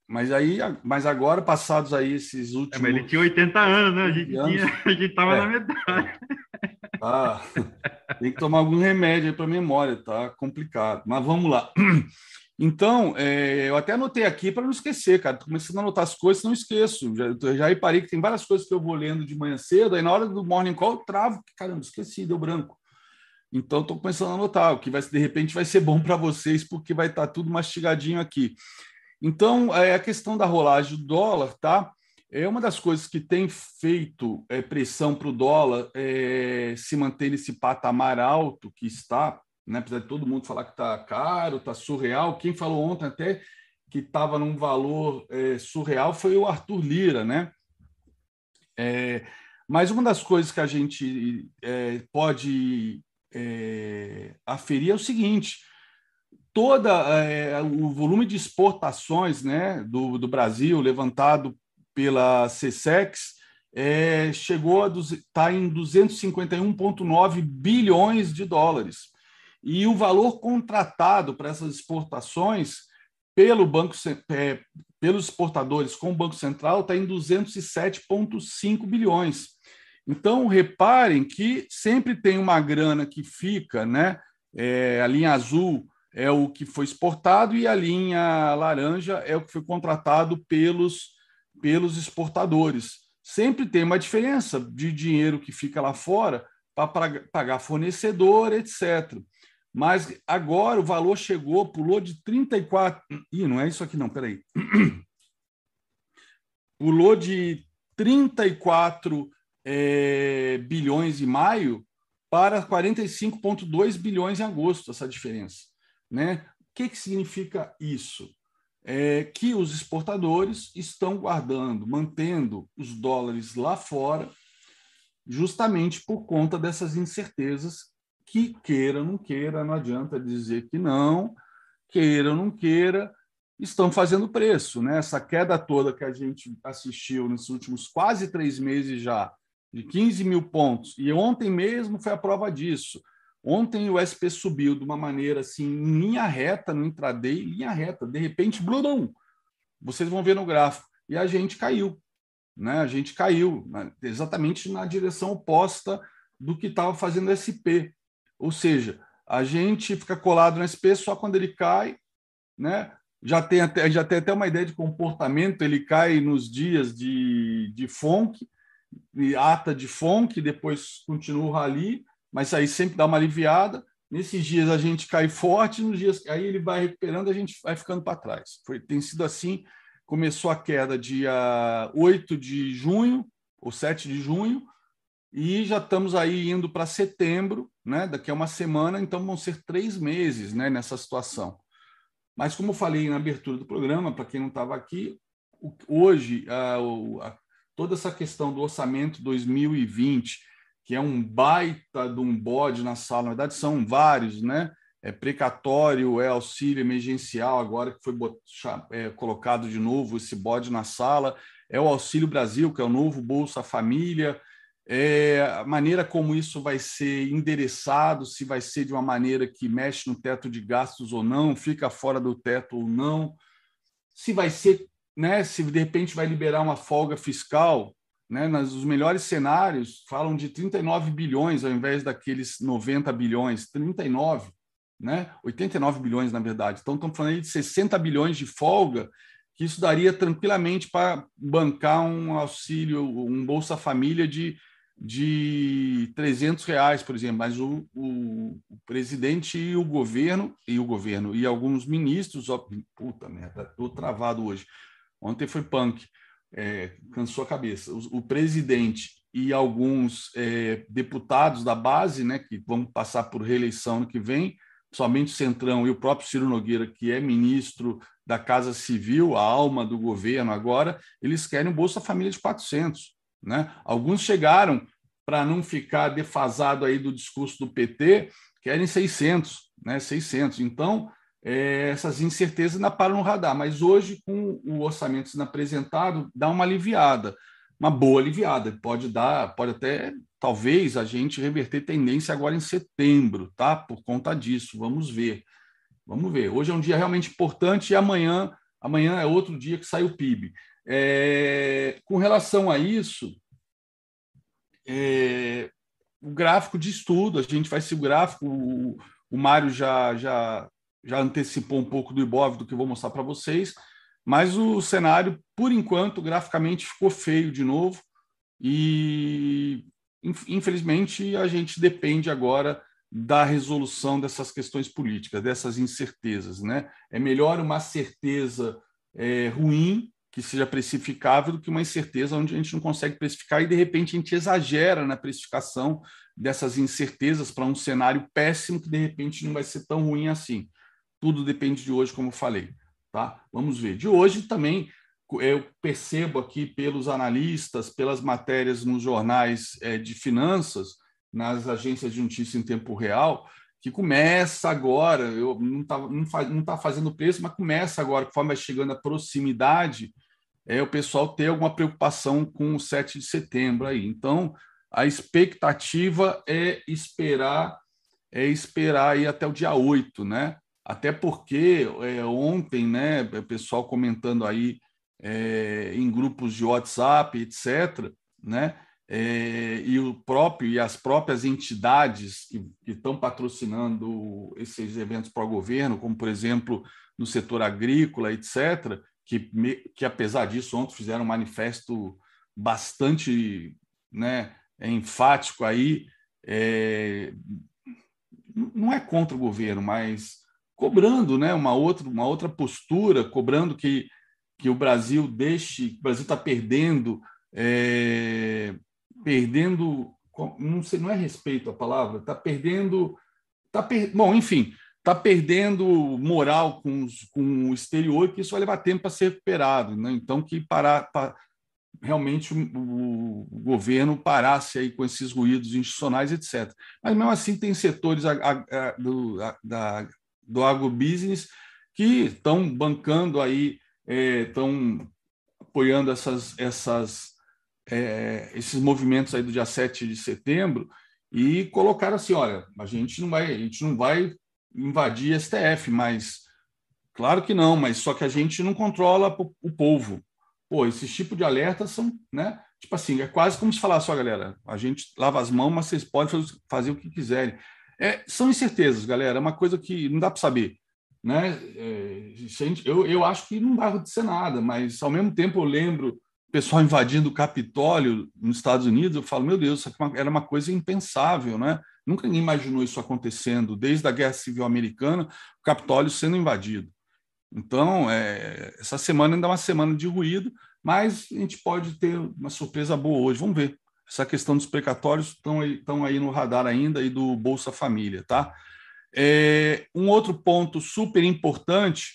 mas aí, mas agora, passados aí esses últimos... É, mas ele tinha oitenta anos, né? A gente anos, tinha, a gente tava é, na metade. tá, tem que tomar algum remédio aí para memória, tá complicado. Mas vamos lá. Então, é, eu até anotei aqui para não esquecer, cara. Tô começando a anotar as coisas, não esqueço. Já, já reparei que tem várias coisas que eu vou lendo de manhã cedo, aí na hora do morning call eu travo, caramba, esqueci, deu branco. Então, estou começando a anotar, o que vai, de repente vai ser bom para vocês, porque vai estar tudo mastigadinho aqui. Então, é, a questão da rolagem do dólar, tá? É uma das coisas que tem feito é, pressão para o dólar é, se manter nesse patamar alto que está, né? Apesar de todo mundo falar que está caro, está surreal. Quem falou ontem até que estava num valor é, surreal foi o Arthur Lira, né? É, mas uma das coisas que a gente é, pode é, aferir é o seguinte: toda é, o volume de exportações, né, do, do Brasil levantado pela SECEX é, chegou a estar tá em duzentos e cinquenta e um vírgula nove bilhões de dólares. E o valor contratado para essas exportações pelo banco, é, pelos exportadores com o Banco Central está em duzentos e sete vírgula cinco bilhões. Então, reparem que sempre tem uma grana que fica, né? É, a linha azul é o que foi exportado e a linha laranja é o que foi contratado pelos, pelos exportadores. Sempre tem uma diferença de dinheiro que fica lá fora para pagar fornecedor, etcétera. Mas agora o valor chegou, pulou de trinta e quatro... Ih, não é isso aqui não, peraí. Pulou de trinta e quatro é, bilhões em maio para quarenta e cinco vírgula dois bilhões em agosto, essa diferença. Né? O que, que significa isso? É que os exportadores estão guardando, mantendo os dólares lá fora, justamente por conta dessas incertezas que, queira ou não queira, não adianta dizer que não, queira ou não queira, estão fazendo preço. Né? Essa queda toda que a gente assistiu nesses últimos quase três meses já, de quinze mil pontos, e ontem mesmo foi a prova disso. Ontem o S P subiu de uma maneira assim, em linha reta, no intraday, linha reta. De repente, blum, vocês vão ver no gráfico. E a gente caiu. Né? A gente caiu né? exatamente na direção oposta do que estava fazendo o S P. Ou seja, a gente fica colado no S P só quando ele cai. Né? Já, tem até, já tem até uma ideia de comportamento. Ele cai nos dias de, de F O N C, ata de F O N C, depois continua o rally, mas aí sempre dá uma aliviada. Nesses dias a gente cai forte, nos dias aí ele vai recuperando, a gente vai ficando para trás. Foi, tem sido assim. Começou a queda dia oito de junho, ou sete de junho, e já estamos aí indo para setembro, né? Daqui a uma semana, então vão ser três meses, né, nessa situação. Mas, como eu falei na abertura do programa, para quem não estava aqui, hoje, a, a, toda essa questão do orçamento dois mil e vinte, que é um baita de um bode na sala, na verdade são vários, né? É precatório, é auxílio emergencial, agora que foi é, colocado de novo esse bode na sala, é o Auxílio Brasil, que é o novo Bolsa Família, é a maneira como isso vai ser endereçado, se vai ser de uma maneira que mexe no teto de gastos ou não, fica fora do teto ou não, se vai ser, né, se de repente vai liberar uma folga fiscal, né, nos melhores cenários, falam de trinta e nove bilhões ao invés daqueles noventa bilhões, trinta e nove, né, oitenta e nove bilhões, na verdade. Então, estamos falando aí de sessenta bilhões de folga, que isso daria tranquilamente para bancar um auxílio, um Bolsa Família de, de trezentos reais, por exemplo. Mas o, o, o presidente e o governo, e o governo, e alguns ministros, ó, puta merda, estou travado hoje. Ontem foi punk. É, cansou a cabeça. O, o presidente e alguns é, deputados da base, né, que vão passar por reeleição no que vem, somente o Centrão e o próprio Ciro Nogueira, que é ministro da Casa Civil, a alma do governo agora, eles querem um Bolsa Família de quatrocentos. Né? Alguns chegaram, para não ficar defasado aí do discurso do P T, querem seiscentos. Né? seiscentos. Então, É, essas incertezas ainda param no radar, mas hoje, com o orçamento sendo apresentado, dá uma aliviada, uma boa aliviada. Pode dar, pode até, talvez, a gente reverter tendência agora em setembro, tá? Por conta disso, vamos ver. Vamos ver. Hoje é um dia realmente importante e amanhã amanhã é outro dia que sai o P I B. É, com relação a isso, é, o gráfico de estudo, a gente vai ser o gráfico, o, o Mário já, já, já antecipou um pouco do Ibov, do que eu vou mostrar para vocês, mas o cenário, por enquanto, graficamente ficou feio de novo e, infelizmente, a gente depende agora da resolução dessas questões políticas, dessas incertezas, né? É melhor uma certeza é, ruim, que seja precificável, do que uma incerteza onde a gente não consegue precificar e, de repente, a gente exagera na precificação dessas incertezas para um cenário péssimo que, de repente, não vai ser tão ruim assim. Tudo depende de hoje, como eu falei. Tá? Vamos ver. De hoje também, eu percebo aqui pelos analistas, pelas matérias nos jornais é, de finanças, nas agências de notícia em tempo real, que começa agora, eu não está não faz, não tá fazendo preço, mas começa agora, conforme vai chegando a proximidade, é o pessoal ter alguma preocupação com o sete de setembro aí. Então, a expectativa é esperar, é esperar aí até o dia oito, né? Até porque é, ontem, né, o pessoal comentando aí é, em grupos de WhatsApp, etcétera, né? É, e o próprio e as próprias entidades que, que estão patrocinando esses eventos para o governo, como por exemplo no setor agrícola, etcétera, que, que apesar disso ontem fizeram um manifesto bastante, né, enfático aí, é, não é contra o governo, mas cobrando, né, uma outra uma outra postura, cobrando que que o Brasil deixe, o Brasil está perdendo é, perdendo, não sei, não é respeito a palavra, está perdendo, tá per, bom, enfim, está perdendo moral com, os, com o exterior, que isso vai levar tempo para ser recuperado, né? Então que parar, para, realmente o, o governo parasse aí com esses ruídos institucionais, etcétera. Mas mesmo assim tem setores a, a, a, do, a, da, do agrobusiness que estão bancando aí, estão é, apoiando essas essas É, esses movimentos aí do dia sete de setembro e colocaram assim, olha, a gente não vai, a gente não vai invadir S T F, mas claro que não, mas só que a gente não controla o povo. Pô, esses tipos de alertas são, né? Tipo assim, é quase como se falasse, ó, galera, a gente lava as mãos, mas vocês podem fazer o que quiserem. É, são incertezas, galera, é uma coisa que não dá para saber, né? É, gente, eu, eu acho que não vai acontecer nada, mas ao mesmo tempo eu lembro o pessoal invadindo o Capitólio nos Estados Unidos, eu falo, meu Deus, isso aqui era uma coisa impensável, né? Nunca ninguém imaginou isso acontecendo, desde a Guerra Civil Americana, o Capitólio sendo invadido. Então, é, essa semana ainda é uma semana de ruído, mas a gente pode ter uma surpresa boa hoje, vamos ver. Essa questão dos precatórios estão aí, estão aí no radar ainda e do Bolsa Família, tá? É, um outro ponto super importante,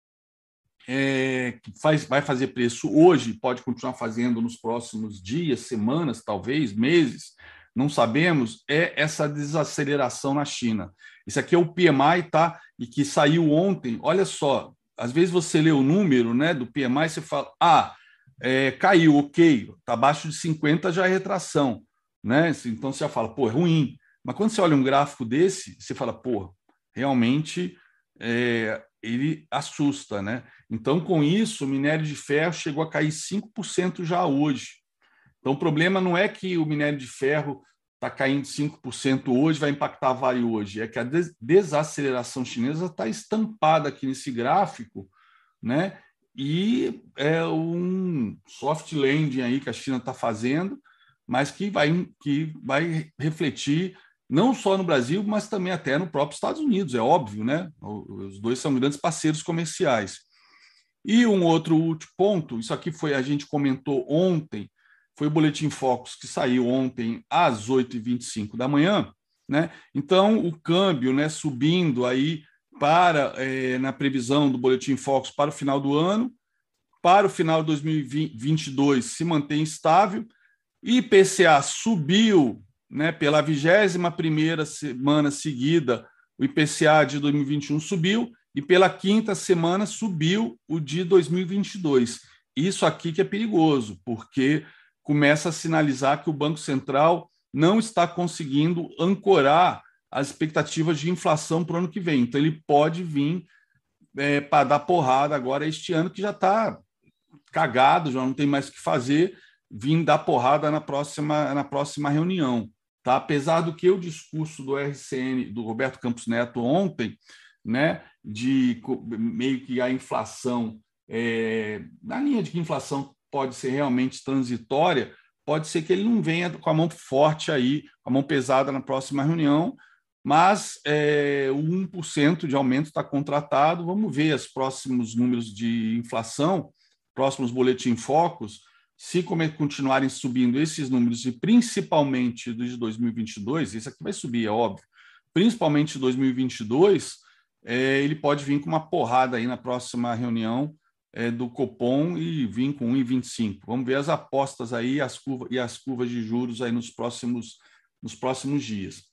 É, que faz, vai fazer preço hoje, pode continuar fazendo nos próximos dias, semanas, talvez, meses, não sabemos, é essa desaceleração na China. Isso aqui é o P M I, tá? E que saiu ontem. Olha só, às vezes você lê o número, né, do P M I, você fala, ah, é, caiu, ok, está abaixo de cinquenta, já é retração, né? Então você já fala, pô, é ruim. Mas quando você olha um gráfico desse, você fala, pô, realmente é, ele assusta, né? Então, com isso, o minério de ferro chegou a cair cinco por cento já hoje. Então, o problema não é que o minério de ferro está caindo cinco por cento hoje, vai impactar a Vale hoje, é que a desaceleração chinesa está estampada aqui nesse gráfico, né? E é um soft landing aí que a China está fazendo, mas que vai, que vai refletir não só no Brasil, mas também até no próprio Estados Unidos, é óbvio, né? Os dois são grandes parceiros comerciais. E um outro último ponto, isso aqui foi, a gente comentou ontem, foi o Boletim Focus que saiu ontem às oito e vinte e cinco da manhã, né? Então, o câmbio, né, subindo aí para, é, na previsão do Boletim Focus para o final do ano, para o final de dois mil e vinte e dois se mantém estável, I P C A subiu, né, pela vigésima primeira semana seguida, o I P C A de dois mil e vinte e um subiu, e pela quinta semana subiu o de dois mil e vinte e dois. Isso aqui que é perigoso, porque começa a sinalizar que o Banco Central não está conseguindo ancorar as expectativas de inflação para o ano que vem. Então, ele pode vir é, para dar porrada agora este ano, que já está cagado, já não tem mais o que fazer, vim dar porrada na próxima, na próxima reunião. Tá? Apesar do que o discurso do R C N, do Roberto Campos Neto ontem, né, de meio que a inflação, é, na linha de que a inflação pode ser realmente transitória, pode ser que ele não venha com a mão forte aí, com a mão pesada na próxima reunião, mas é, o um por cento de aumento está contratado. Vamos ver os próximos números de inflação, próximos boletim Focus, se continuarem subindo esses números, e principalmente dos de dois mil e vinte e dois, esse aqui vai subir, é óbvio, principalmente de dois mil e vinte e dois, é, ele pode vir com uma porrada aí na próxima reunião é, do Copom e vir com um vírgula vinte e cinco. Vamos ver as apostas aí as curvas, e as curvas de juros aí nos próximos, nos próximos dias.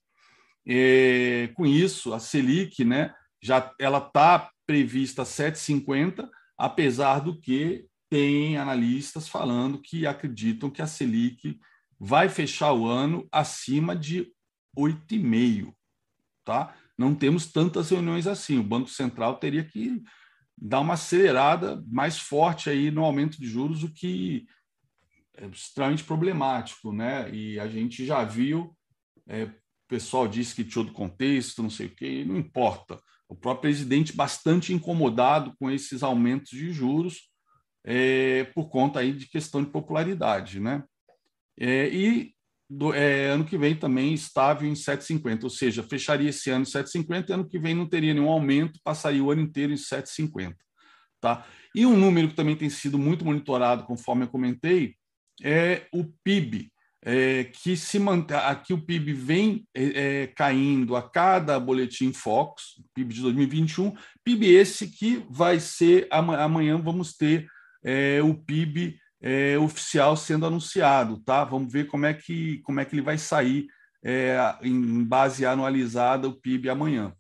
É, com isso, a Selic, né, já ela está prevista a sete vírgula cinquenta, apesar do que tem analistas falando que acreditam que a Selic vai fechar o ano acima de oito vírgula cinco, tá? Não temos tantas reuniões assim. O Banco Central teria que dar uma acelerada mais forte aí no aumento de juros, o que é extremamente problemático, né? E a gente já viu, é, o pessoal disse que tirou do contexto, não sei o quê, não importa. O próprio presidente bastante incomodado com esses aumentos de juros, é, por conta aí de questão de popularidade, né? É, e do, é, ano que vem também estável em sete vírgula cinquenta, ou seja, fecharia esse ano em sete vírgula cinquenta, e ano que vem não teria nenhum aumento, passaria o ano inteiro em sete vírgula cinquenta. Tá? E um número que também tem sido muito monitorado, conforme eu comentei, é o P I B, é, que se mantém, aqui o P I B vem é, caindo a cada boletim Focus, P I B de dois mil e vinte e um, P I B esse que vai ser, amanhã vamos ter é, o P I B é, oficial sendo anunciado, tá? Vamos ver como é que, como é que ele vai sair é, em base anualizada o P I B amanhã.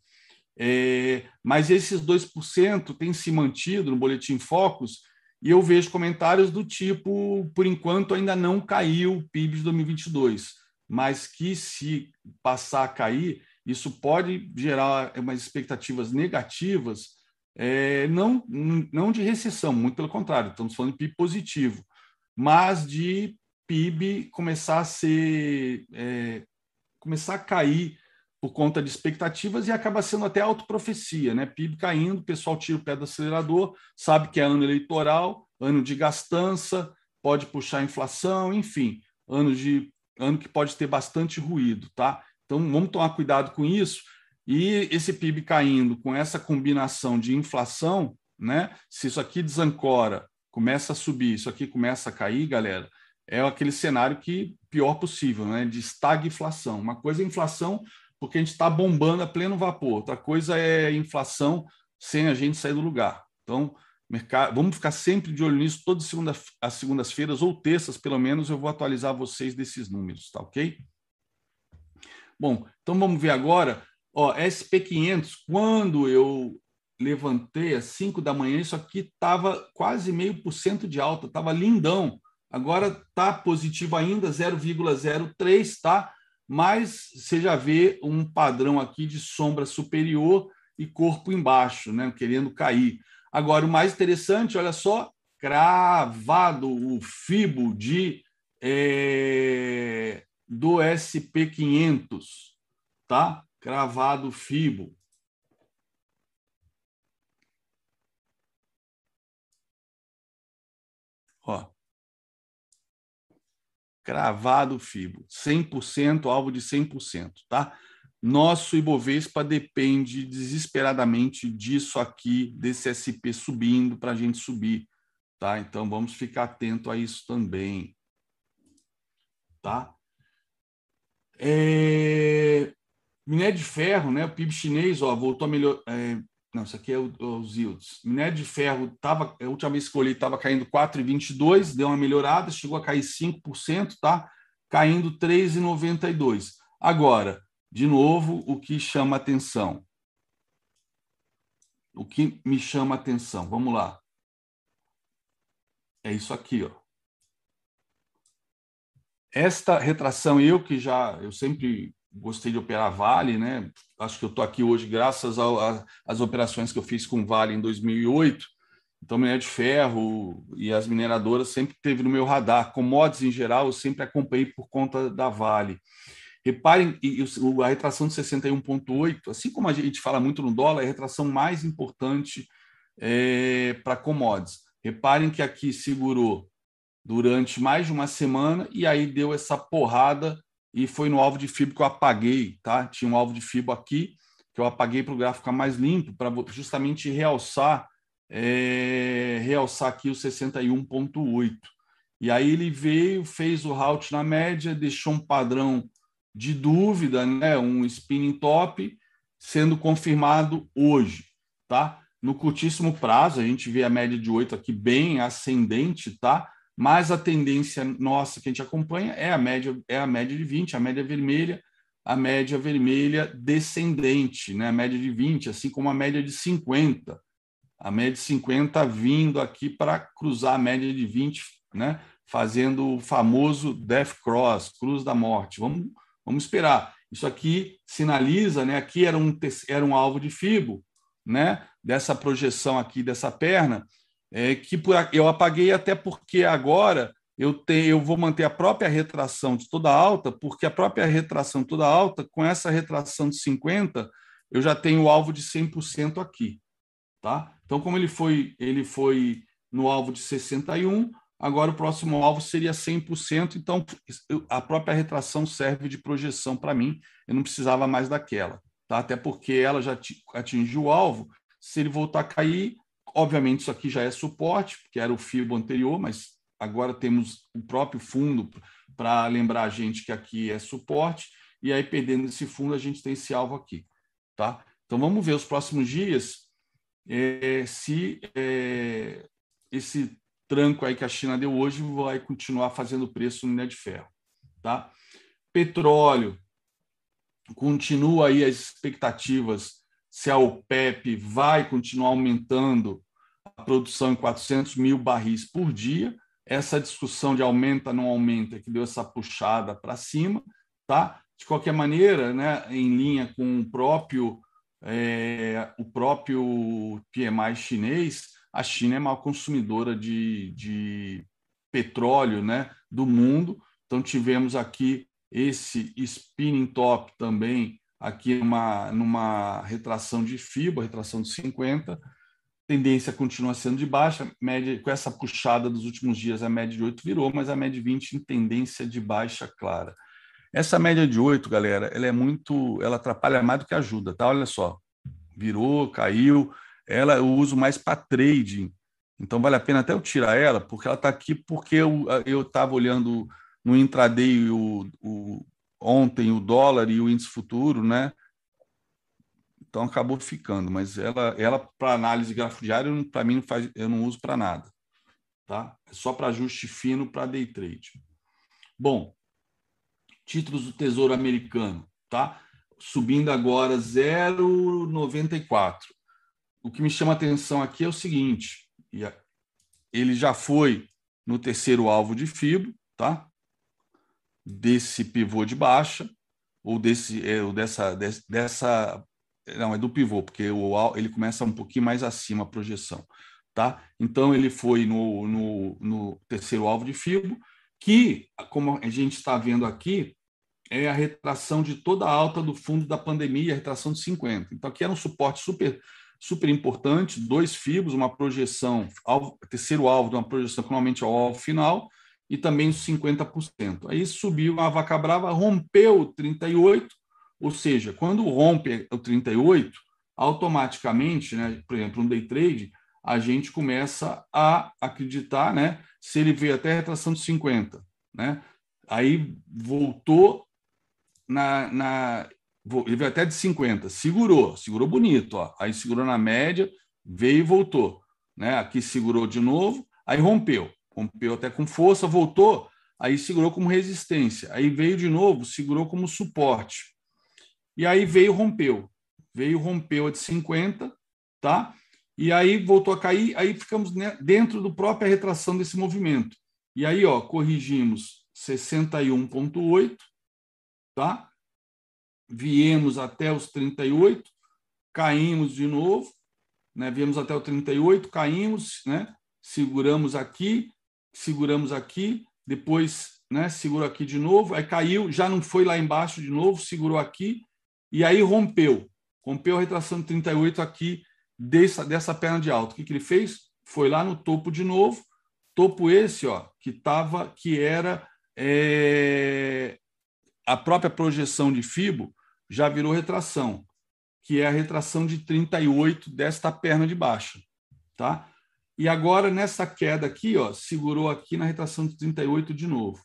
É, mas esses dois por cento têm se mantido no boletim Focus, e eu vejo comentários do tipo, por enquanto ainda não caiu o P I B de dois mil e vinte e dois, mas que se passar a cair, isso pode gerar umas expectativas negativas, é, não, não de recessão, muito pelo contrário, estamos falando de P I B positivo, mas de P I B começar a ser, é, começar a cair por conta de expectativas, e acaba sendo até autoprofecia, né? P I B caindo, o pessoal tira o pé do acelerador, sabe que é ano eleitoral, ano de gastança, pode puxar a inflação, enfim, ano, de, ano que pode ter bastante ruído, tá? Então, vamos tomar cuidado com isso, e esse P I B caindo com essa combinação de inflação, né? Se isso aqui desancora, começa a subir, isso aqui começa a cair, galera, é aquele cenário que pior possível, né? De estagflação. Uma coisa é inflação porque a gente está bombando a pleno vapor. Outra coisa é inflação sem a gente sair do lugar. Então, mercado, vamos ficar sempre de olho nisso, todas segunda, as segundas-feiras ou terças, pelo menos, eu vou atualizar vocês desses números, tá ok? Bom, então vamos ver agora. Ó, S P quinhentos, quando eu levantei às cinco da manhã, isso aqui estava quase meio por cento de alta, estava lindão. Agora está positivo ainda, zero vírgula zero três, tá? Mas você já vê um padrão aqui de sombra superior e corpo embaixo, né, querendo cair. Agora, o mais interessante, olha só, cravado o Fibo de, é, do S P quinhentos, tá? Cravado o Fibo. Ó. Cravado o Fibo, cem por cento, alvo de cem por cento, tá? Nosso Ibovespa depende desesperadamente disso aqui, desse S P subindo para a gente subir, tá? Então, vamos ficar atento a isso também, tá? É... Minério de ferro, né? O P I B chinês, ó, voltou a melhorar. É... Não, isso aqui é o, os yields. Minério de ferro, tava, a última vez que eu olhei, estava caindo quatro vírgula vinte e dois, deu uma melhorada, chegou a cair cinco por cento, tá? Caindo três vírgula noventa e dois. Agora, de novo, o que chama atenção? O que me chama atenção? Vamos lá. É isso aqui, ó. Esta retração, eu que já, eu sempre gostei de operar Vale, né? acho que eu estou aqui hoje graças às operações que eu fiz com Vale em dois mil e oito. Então, minério de ferro e as mineradoras sempre teve no meu radar. Commodities, em geral, eu sempre acompanhei por conta da Vale. Reparem, a retração de sessenta e um vírgula oito, assim como a gente fala muito no dólar, é a retração mais importante é, para commodities. Reparem que aqui segurou durante mais de uma semana e aí deu essa porrada e foi no alvo de fibra que eu apaguei, tá? Tinha um alvo de fibra aqui que eu apaguei para o gráfico ficar mais limpo, para justamente realçar, é, realçar aqui o sessenta e um vírgula oito. E aí ele veio, fez o halt na média, deixou um padrão de dúvida, né? Um spinning top sendo confirmado hoje, tá? No curtíssimo prazo, a gente vê a média de oito aqui bem ascendente, tá? Mas a tendência nossa que a gente acompanha é a média, é a média de vinte, a média vermelha, a média vermelha descendente, né? A média de vinte, assim como a média de cinquenta. A média de cinquenta vindo aqui para cruzar a média de vinte, né? Fazendo o famoso Death Cross, cruz da morte. Vamos, vamos esperar. Isso aqui sinaliza, né? Aqui era um, era um alvo de Fibo, né? Dessa projeção aqui, dessa perna, é, que por, eu apaguei até porque agora eu, tenho, eu vou manter a própria retração de toda alta, porque a própria retração de toda alta, com essa retração de cinquenta, eu já tenho o alvo de cem por cento aqui. Tá? Então, como ele foi, ele foi no alvo de sessenta e um, agora o próximo alvo seria cem por cento, então a própria retração serve de projeção para mim, eu não precisava mais daquela. Tá? Até porque ela já atingiu o alvo, se ele voltar a cair, obviamente isso aqui já é suporte, que era o Fibo anterior, mas agora temos o próprio fundo para lembrar a gente que aqui é suporte, e aí perdendo esse fundo a gente tem esse alvo aqui. Tá? Então vamos ver os próximos dias é, se é, esse tranco aí que a China deu hoje vai continuar fazendo preço no minério de ferro. Tá? Petróleo, continua aí as expectativas se a OPEP vai continuar aumentando a produção em quatrocentos mil barris por dia. Essa discussão de aumenta, não aumenta, que deu essa puxada para cima. Tá? De qualquer maneira, né, em linha com o próprio, é, o próprio P M I chinês, a China é a maior consumidora de, de petróleo, né, do mundo. Então, tivemos aqui esse spinning top também, aqui numa, numa retração de Fibo, retração de cinquenta, tendência continua sendo de baixa, média, com essa puxada dos últimos dias, a média de oito virou, mas a média de vinte em tendência de baixa clara. Essa média de oito, galera, ela é muito, ela atrapalha mais do que ajuda, tá? Olha só, virou, caiu, ela eu uso mais para trading, então vale a pena até eu tirar ela, porque ela está aqui porque eu estava olhando no intraday o, o, ontem o dólar e o índice futuro, né? Então acabou ficando, mas ela, ela para análise gráfico diário, para mim, não faz, eu não uso para nada. Tá? É só para ajuste fino para day trade. Bom, títulos do Tesouro Americano, tá? Subindo agora zero vírgula noventa e quatro. O que me chama a atenção aqui é o seguinte: ele já foi no terceiro alvo de Fibo, tá? Desse pivô de baixa, ou desse, é, ou dessa, dessa. Não, é do pivô, porque o, ele começa um pouquinho mais acima a projeção. Tá? Então, ele foi no, no, no terceiro alvo de Fibo, que, como a gente está vendo aqui, é a retração de toda a alta do fundo da pandemia, a retração de cinquenta. Então, aqui era um suporte super, super importante, dois Fibos, uma projeção, alvo, terceiro alvo de uma projeção que normalmente é o alvo final, e também os cinquenta por cento. Aí subiu a vaca brava, rompeu o trinta e oito, ou seja, quando rompe o trinta e oito, automaticamente, né, por exemplo, um day trade, a gente começa a acreditar, né, se ele veio até a retração de cinquenta, né, aí voltou na, na ele veio até de cinquenta, segurou, segurou bonito, ó, aí segurou na média, veio e voltou, né, aqui segurou de novo, aí rompeu, rompeu até com força, voltou, aí segurou como resistência, aí veio de novo, segurou como suporte, e aí veio, rompeu, veio, rompeu a de cinquenta, tá? E aí voltou a cair, aí ficamos dentro do própria retração desse movimento. E aí, ó, corrigimos sessenta e um vírgula oito, tá? viemos até os trinta e oito, caímos de novo, né? Viemos até o trinta e oito, caímos, né? Seguramos aqui, seguramos aqui, depois, né, segurou aqui de novo, aí caiu, já não foi lá embaixo de novo, segurou aqui, e aí rompeu. Rompeu a retração de trinta e oito aqui, dessa, dessa perna de alta. O que, que ele fez? Foi lá no topo de novo, topo esse, ó, que, tava, que era é, a própria projeção de Fibo, já virou retração, que é a retração de trinta e oito desta perna de baixo. Tá? E agora, nessa queda aqui, ó, segurou aqui na retração de trinta e oito de novo.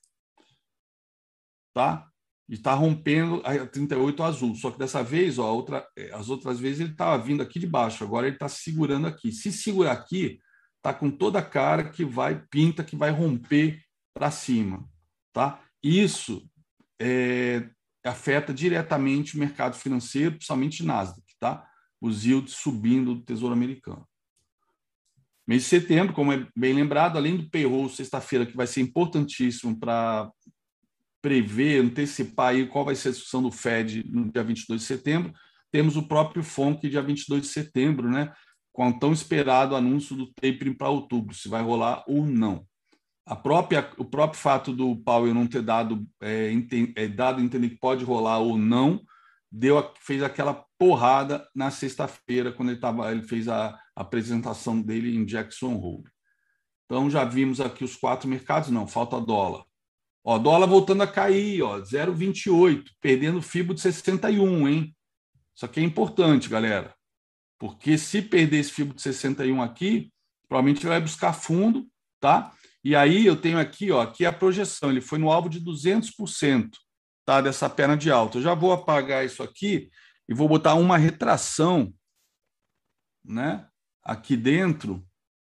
Tá? E está rompendo a trinta e oito azul. Só que dessa vez, ó, outra, as outras vezes ele estava vindo aqui de baixo. Agora ele está segurando aqui. Se segurar aqui, está com toda a cara que vai, pinta, que vai romper para cima. Tá? Isso é, afeta diretamente o mercado financeiro, principalmente Nasdaq. Tá? Os yields subindo do Tesouro Americano. Mês de setembro, como é bem lembrado, além do payroll sexta-feira, que vai ser importantíssimo para prever, antecipar aí qual vai ser a discussão do Fed no dia vinte e dois de setembro, temos o próprio F O N C dia vinte e dois de setembro, né, com o tão esperado anúncio do tapering para outubro, se vai rolar ou não. A própria, o próprio fato do Powell não ter dado, é, ente, é, dado a entender que pode rolar ou não, deu, fez aquela porrada na sexta-feira, quando ele, tava, ele fez a apresentação dele em Jackson Hole. Então, já vimos aqui os quatro mercados, não, falta dólar. Ó, dólar voltando a cair, ó, zero vírgula vinte e oito, perdendo o Fibo de sessenta e um, hein? Isso aqui é importante, galera, porque se perder esse Fibo de sessenta e um aqui, provavelmente ele vai buscar fundo, tá? E aí eu tenho aqui, ó, aqui a projeção, ele foi no alvo de duzentos por cento, tá? Dessa perna de alta. Eu já vou apagar isso aqui e vou botar uma retração, né? Aqui dentro,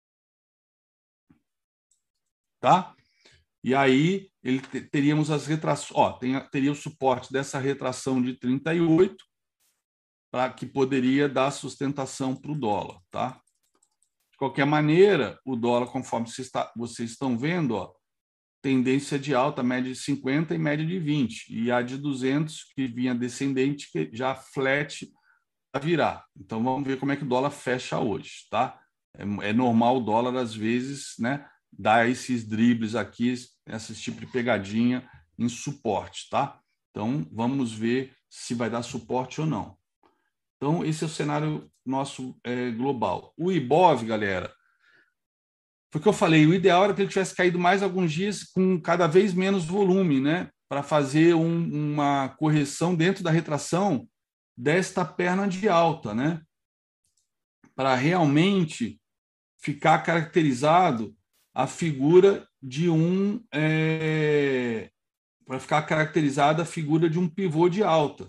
tá? E aí ele teríamos as retrações, ó, tem, teria o suporte dessa retração de trinta e oito, para que poderia dar sustentação para o dólar, tá? De qualquer maneira, o dólar, conforme vocês, está, vocês estão vendo, ó, tendência de alta, média de cinquenta e média de vinte, e a de duzentos, que vinha descendente, que já flat a virar. Então, vamos ver como é que o dólar fecha hoje, tá? É, é normal o dólar, às vezes, né, dar esses dribles aqui, esse tipo de pegadinha em suporte, tá? Então, vamos ver se vai dar suporte ou não. Então, esse é o cenário nosso é, global. O Ibov, galera, foi o que eu falei, o ideal era que ele tivesse caído mais alguns dias com cada vez menos volume, né? Para fazer um, uma correção dentro da retração desta perna de alta, né? Para realmente ficar caracterizado a figura de um... É, para ficar caracterizada a figura de um pivô de alta.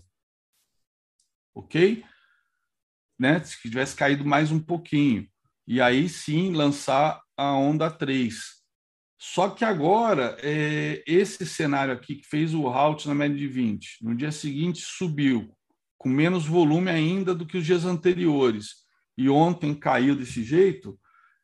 Ok? Né? Se tivesse caído mais um pouquinho. E aí sim lançar a onda três. Só que agora, é, esse cenário aqui que fez o halt na média de vinte, no dia seguinte subiu, com menos volume ainda do que os dias anteriores, e ontem caiu desse jeito,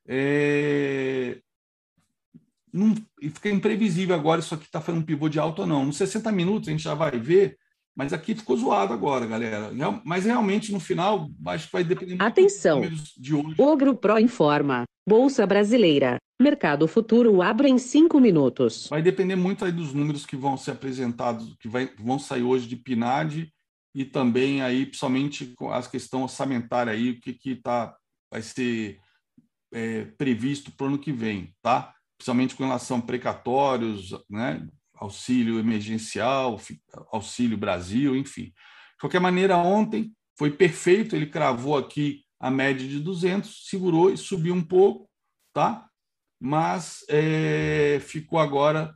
é, não, e fica imprevisível agora isso aqui está fazendo um pivô de alta ou não. Nos sessenta minutos a gente já vai ver, mas aqui ficou zoado agora, galera. Mas realmente, no final, acho que vai depender muito Atenção. dos números de hoje. Ogro Pro informa. Bolsa Brasileira. Mercado Futuro abre em cinco minutos. Vai depender muito aí dos números que vão ser apresentados, que vai, vão sair hoje de P N A D e também aí, principalmente, com as questões orçamentárias aí, o que, que tá, vai ser é, previsto para o ano que vem, tá? Principalmente com relação a precatórios, né? Auxílio emergencial, Auxílio Brasil, enfim. De qualquer maneira, ontem foi perfeito, ele cravou aqui a média de duzentos, segurou e subiu um pouco, tá? Mas é, ficou agora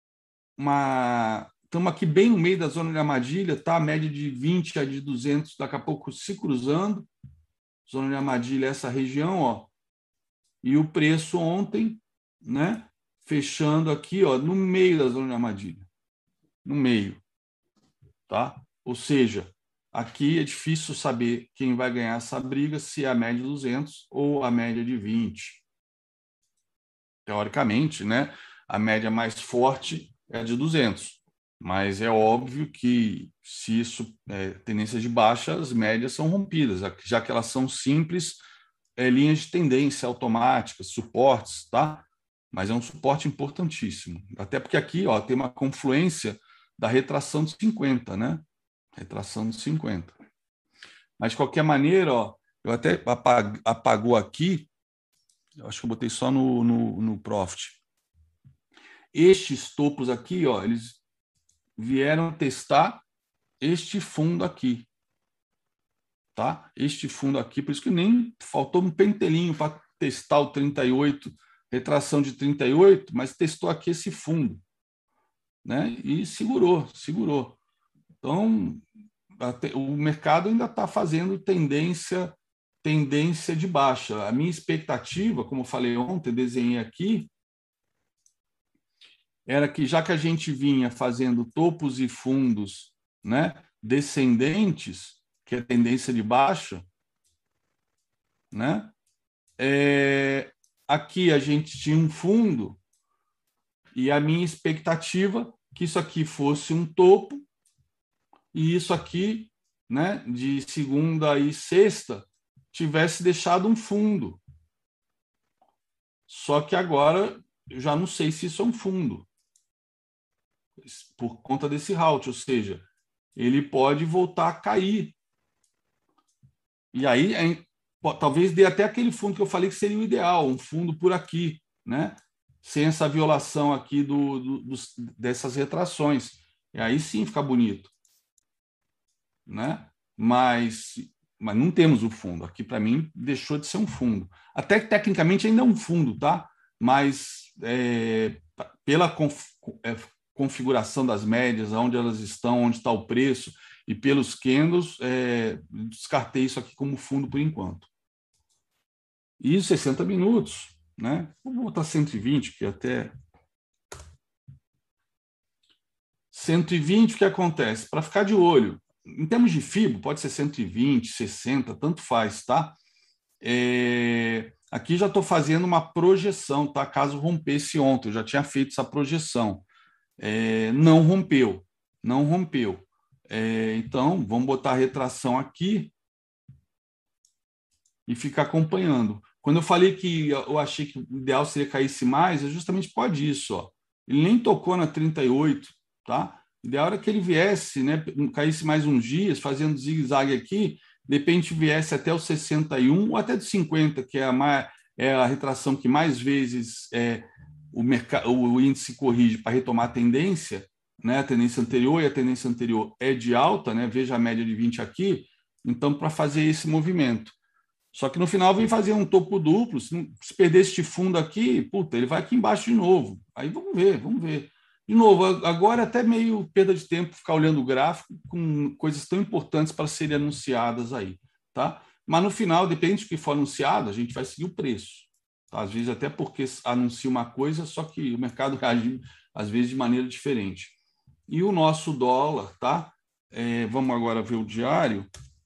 uma... Estamos aqui bem no meio da zona de armadilha, tá? A média de vinte a de duzentos, daqui a pouco se cruzando. Zona de armadilha é essa região, ó. E o preço ontem, né? Fechando aqui, ó, no meio da zona de armadilha. No meio. Tá? Ou seja, aqui é difícil saber quem vai ganhar essa briga, se é a média de duzentos ou a média de vinte. Teoricamente, né? A média mais forte é a de duzentos. Mas é óbvio que, se isso é tendência de baixa, as médias são rompidas, já que elas são simples, é, linhas de tendência automáticas, suportes, tá? Mas é um suporte importantíssimo. Até porque aqui, ó, tem uma confluência da retração dos cinquenta, né? Retração dos cinquenta. Mas, de qualquer maneira, ó, eu até apag, apagou aqui, eu acho que eu botei só no, no, no Profit. Estes topos aqui, ó, eles vieram testar este fundo aqui. Tá? Este fundo aqui, por isso que nem faltou um pentelinho para testar o trinta e oito, retração de trinta e oito, mas testou aqui esse fundo, né? E segurou, segurou. Então, até, o mercado ainda está fazendo tendência, tendência de baixa. A minha expectativa, como eu falei ontem, desenhei aqui, era que, já que a gente vinha fazendo topos e fundos, né, descendentes, que é tendência de baixa, né? É, aqui a gente tinha um fundo e a minha expectativa que isso aqui fosse um topo e isso aqui, né, de segunda e sexta, tivesse deixado um fundo. Só que agora eu já não sei se isso é um fundo, por conta desse halt, ou seja, ele pode voltar a cair. E aí, é, talvez dê até aquele fundo que eu falei que seria o ideal, um fundo por aqui, né? Sem essa violação aqui do, do, dos, dessas retrações. E aí sim fica bonito, né? Mas, mas não temos o fundo. Aqui, para mim, deixou de ser um fundo. Até que, tecnicamente, ainda é um fundo, tá? Mas, é, pela conf, é, configuração das médias, onde elas estão, onde está o preço, e pelos candles, é, descartei isso aqui como fundo por enquanto. E sessenta minutos, né? Vou botar cento e vinte, que até... cento e vinte, o que acontece? Para ficar de olho, em termos de F I B, pode ser cento e vinte, sessenta, tanto faz, tá? É, aqui já estou fazendo uma projeção, tá? Caso rompesse ontem, eu já tinha feito essa projeção. É, não rompeu, não rompeu. É, então, vamos botar a retração aqui e ficar acompanhando. Quando eu falei que eu achei que o ideal seria caísse mais, é justamente pode isso. Ó. Ele nem tocou na trinta e oito, tá? O ideal era que ele viesse, né, caísse mais uns dias, fazendo zigue-zague aqui, de repente viesse até o sessenta e um ou até de cinquenta, que é a, mais, é a retração que mais vezes é, o, mercado, o índice corrige para retomar a tendência, né, a tendência anterior, e a tendência anterior é de alta, né, veja a média de vinte aqui, então, para fazer esse movimento. Só que no final vem fazer um topo duplo, se, não, se perder este fundo aqui, puta, ele vai aqui embaixo de novo. Aí vamos ver, vamos ver. De novo, agora é até meio perda de tempo ficar olhando o gráfico com coisas tão importantes para serem anunciadas aí, tá? Mas no final, depende do que for anunciado, a gente vai seguir o preço. Tá? Às vezes até porque anuncia uma coisa, só que o mercado reage, às vezes, de maneira diferente. E o nosso dólar, tá? É, vamos agora ver o diário.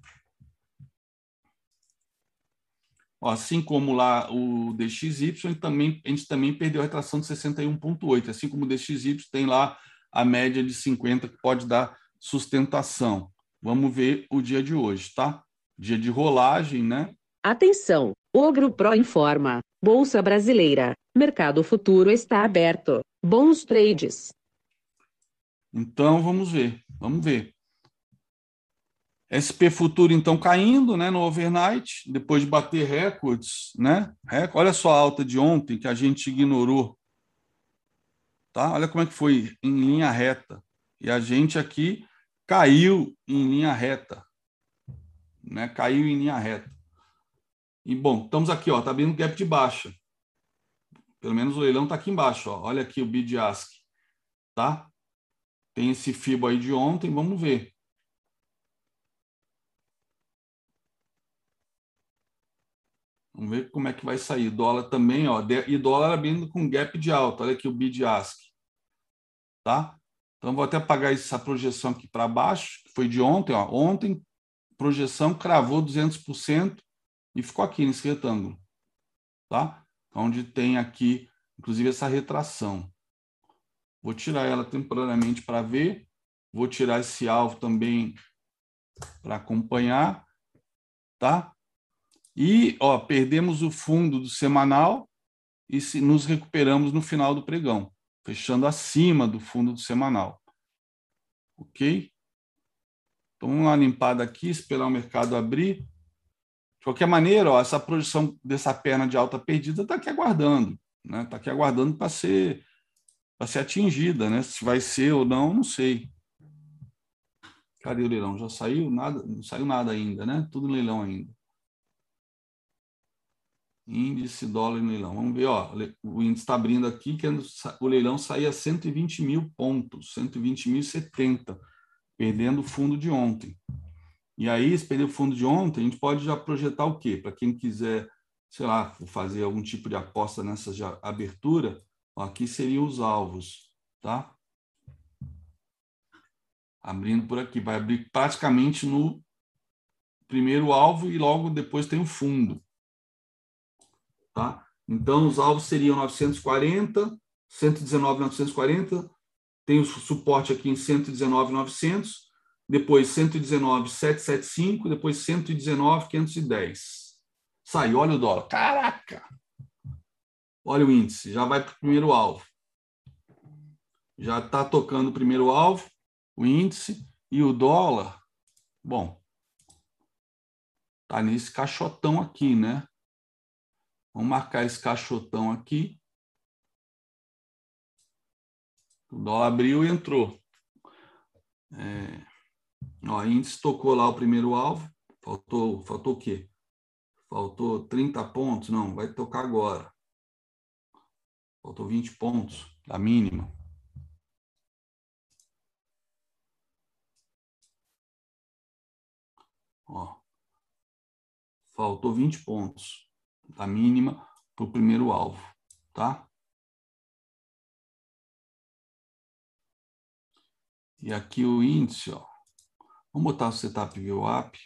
Assim como lá o D X Y, também, a gente também perdeu a retração de sessenta e um vírgula oito. Assim como o D X Y tem lá a média de cinquenta, que pode dar sustentação. Vamos ver o dia de hoje, tá? Dia de rolagem, né? Atenção! Ogro Pro informa. Bolsa Brasileira. Mercado futuro está aberto. Bons trades. Então, vamos ver. Vamos ver. S P Futuro, então, caindo, né, no overnight, depois de bater recordes, né? Olha só a alta de ontem, que a gente ignorou. Tá? Olha como é que foi em linha reta. E a gente aqui caiu em linha reta. Né? Caiu em linha reta. E, bom, estamos aqui, ó, tá abrindo gap de baixa. Pelo menos o leilão está aqui embaixo. Ó. Olha aqui o bid ask. Tá? Tem esse F I B aí de ontem, vamos ver. Vamos ver como é que vai sair. Dólar também, ó, e dólar abrindo com gap de alta. Olha aqui o bid ask. Tá? Então, vou até apagar essa projeção aqui para baixo, que foi de ontem. Ó. Ontem, projeção cravou duzentos por cento e ficou aqui nesse retângulo. Tá? Onde tem aqui, inclusive, essa retração. Vou tirar ela temporariamente para ver. Vou tirar esse alvo também para acompanhar, tá? E, ó, perdemos o fundo do semanal e se, nos recuperamos no final do pregão, fechando acima do fundo do semanal. Ok? Então, vamos lá limpada aqui, esperar o mercado abrir. De qualquer maneira, ó, essa projeção dessa perna de alta perdida está aqui aguardando, né? Está aqui aguardando para ser, para ser atingida, né? Se vai ser ou não, não sei. Cadê o leilão? Já saiu? Nada, não saiu nada ainda, né? Tudo em leilão ainda. Índice, dólar em leilão. Vamos ver, ó. O índice está abrindo aqui, querendo o leilão sair a cento e vinte mil pontos, cento e vinte mil e setenta, perdendo o fundo de ontem. E aí, se perder o fundo de ontem, a gente pode já projetar o quê? Para quem quiser, sei lá, fazer algum tipo de aposta nessa abertura, ó, aqui seriam os alvos, tá? Abrindo por aqui, vai abrir praticamente no primeiro alvo e logo depois tem o fundo. Tá? Então, os alvos seriam novecentos e quarenta, cento e dezenove mil novecentos e quarenta, tem o suporte aqui em cento e dezenove mil e novecentos, depois cento e dezenove mil setecentos e setenta e cinco, depois cento e dezenove mil quinhentos e dez. Saiu, olha o dólar. Caraca! Olha o índice, já vai para o primeiro alvo. Já está tocando o primeiro alvo, o índice, e o dólar, bom, está nesse caixotão aqui, né? Vamos marcar esse caixotão aqui. O dólar abriu e entrou. É... Ó, o índice tocou lá o primeiro alvo. Faltou, faltou o quê? Faltou trinta pontos? Não, vai tocar agora. Faltou vinte pontos, da mínima. Ó, faltou vinte pontos, da mínima para o primeiro alvo, tá? E aqui o índice, ó. Vamos botar o setup V W A P.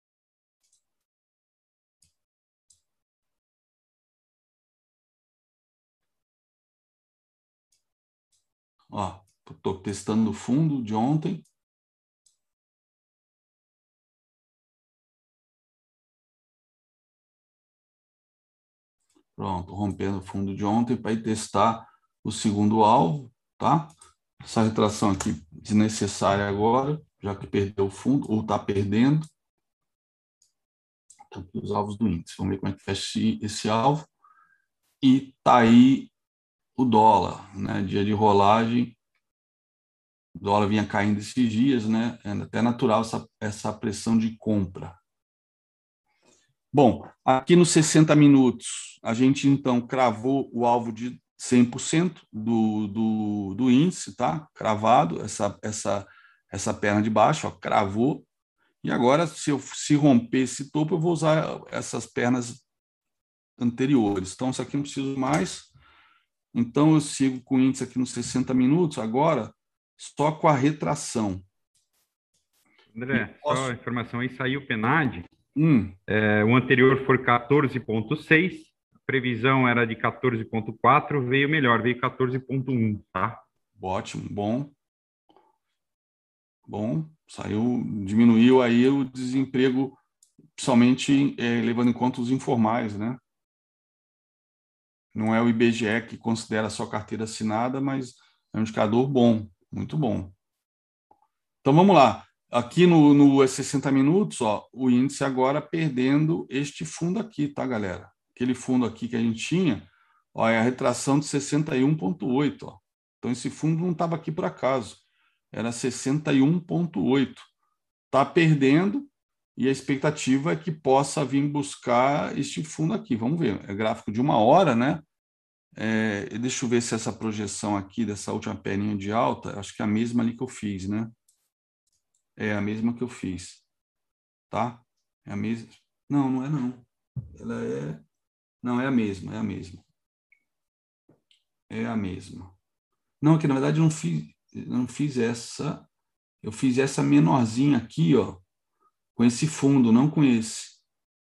Ó, estou testando o fundo de ontem. Pronto, rompendo o fundo de ontem para ir testar o segundo alvo, tá? Essa retração aqui desnecessária agora, já que perdeu o fundo, ou está perdendo. Então, aqui os alvos do índice. Vamos ver como é que fecha esse, esse alvo. E tá aí o dólar, né? Dia de rolagem. O dólar vinha caindo esses dias, né? É até natural essa, essa pressão de compra. Bom, aqui nos sessenta minutos, a gente então cravou o alvo de cem por cento do, do, do índice, tá? Cravado, essa, essa, essa perna de baixo, ó, cravou. E agora, se eu se romper esse topo, eu vou usar essas pernas anteriores. Então, isso aqui não preciso mais. Então, eu sigo com o índice aqui nos sessenta minutos, agora, só com a retração. André, posso... só informação aí, saiu o P N A D. Hum. É, o anterior foi quatorze ponto seis, a previsão era de quatorze ponto quatro, veio melhor, veio quatorze ponto um, tá? Ótimo, bom. Bom, saiu, diminuiu aí o desemprego, somente é, levando em conta os informais, né? Não é o I B G E que considera só carteira assinada, mas é um indicador bom, muito bom. Então, vamos lá. Aqui no, no sessenta minutos, ó, o índice agora perdendo este fundo aqui, tá, galera? Aquele fundo aqui que a gente tinha, ó, é a retração de sessenta e um ponto oito, ó. Então, esse fundo não estava aqui por acaso. Era sessenta e um ponto oito. Está perdendo e a expectativa é que possa vir buscar este fundo aqui. Vamos ver, é gráfico de uma hora, né? É, deixa eu ver se essa projeção aqui dessa última perninha de alta, acho que é a mesma ali que eu fiz, né? É a mesma que eu fiz, tá? É a mesma. Não, não é não. Ela é. Não, é a mesma, é a mesma. É a mesma. Não, que na verdade eu não fiz, não fiz essa. Eu fiz essa menorzinha aqui, ó, com esse fundo, não com esse.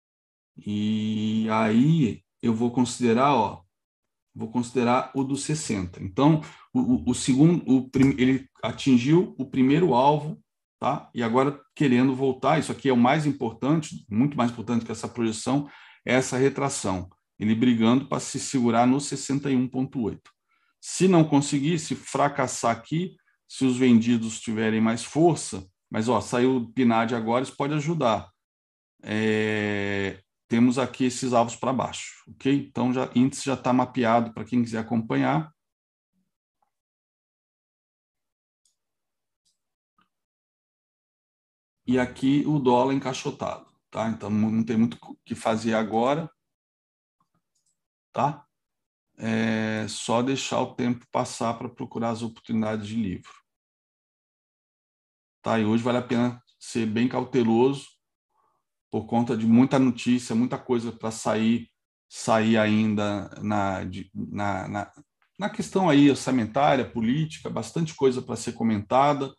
E aí eu vou considerar, ó, vou considerar o do sessenta. Então, o, o segundo, o, ele atingiu o primeiro alvo, tá? E agora querendo voltar, isso aqui é o mais importante, muito mais importante que essa projeção, é essa retração. Ele brigando para se segurar no sessenta e um vírgula oito. Se não conseguir, se fracassar aqui, se os vendidos tiverem mais força, mas ó, saiu o P N A D agora, isso pode ajudar. É, temos aqui esses alvos para baixo, ok? Então, já, índice já está mapeado para quem quiser acompanhar. E aqui o dólar encaixotado, tá? Então, não tem muito o que fazer agora, tá? É só deixar o tempo passar para procurar as oportunidades de livro. Tá? E hoje vale a pena ser bem cauteloso, por conta de muita notícia, muita coisa para sair, sair ainda na, na, na, na questão aí orçamentária, política, bastante coisa para ser comentada.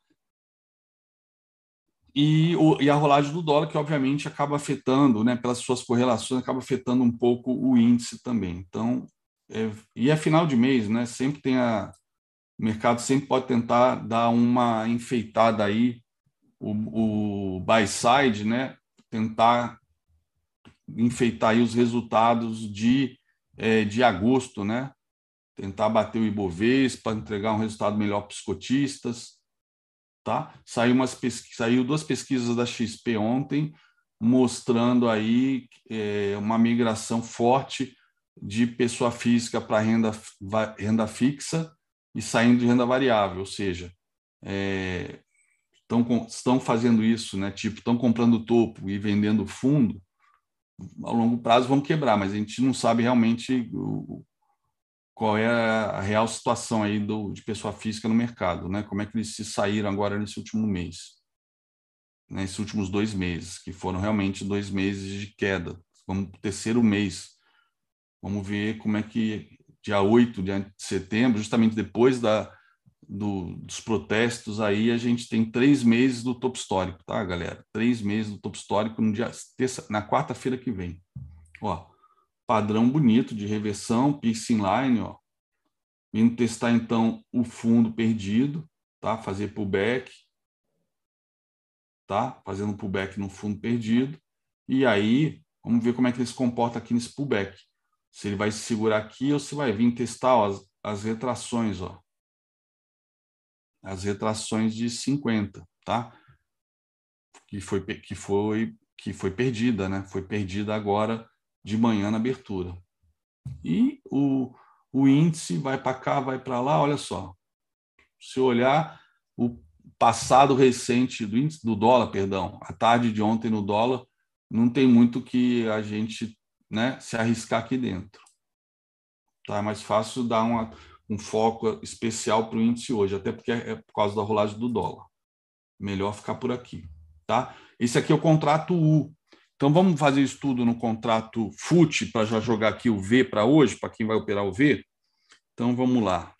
E, o, e a rolagem do dólar, que obviamente acaba afetando, né, pelas suas correlações, acaba afetando um pouco o índice também. Então, é, e é final de mês, né? Sempre tem a. O mercado sempre pode tentar dar uma enfeitada aí, o, o buy side, né? Tentar enfeitar aí os resultados de, é, de agosto, né? Tentar bater o Ibovespa, entregar um resultado melhor para os cotistas, tá? Saiu, umas pesqu... Saiu duas pesquisas da X P ontem, mostrando aí é, uma migração forte de pessoa física para renda, renda fixa e saindo de renda variável, ou seja, é, estão, estão fazendo isso, né? Tipo, estão comprando topo e vendendo fundo, ao longo prazo vão quebrar, mas a gente não sabe realmente o, qual é a real situação aí do, de pessoa física no mercado, né? Como é que eles se saíram agora nesse último mês, nesses últimos dois meses, que foram realmente dois meses de queda. Vamos para o terceiro mês. Vamos ver como é que dia oito de setembro, justamente depois da, do, dos protestos, aí a gente tem três meses do topo histórico, tá, galera? Três meses do topo histórico no dia, terça, na quarta-feira que vem. Ó, padrão bonito de reversão, piercing line, ó. Vindo testar, então, o fundo perdido, tá? Fazer pullback, tá? Fazendo pullback no fundo perdido. E aí, vamos ver como é que ele se comporta aqui nesse pullback. Se ele vai se segurar aqui ou se vai vir testar, ó, as, as retrações, ó. As retrações de cinquenta, tá? Que foi, que foi, que foi perdida, né? Foi perdida agora de manhã na abertura. E o, o índice vai para cá, vai para lá, olha só. Se olhar o passado recente do índice do dólar, perdão, a tarde de ontem no dólar, não tem muito que a gente, né, se arriscar aqui dentro. Tá? É mais fácil dar uma, um foco especial para o índice hoje, até porque é por causa da rolagem do dólar. Melhor ficar por aqui. Tá? Esse aqui é o contrato U. Então, vamos fazer estudo no contrato F U T para já jogar aqui o V para hoje, para quem vai operar o V. Então, vamos lá.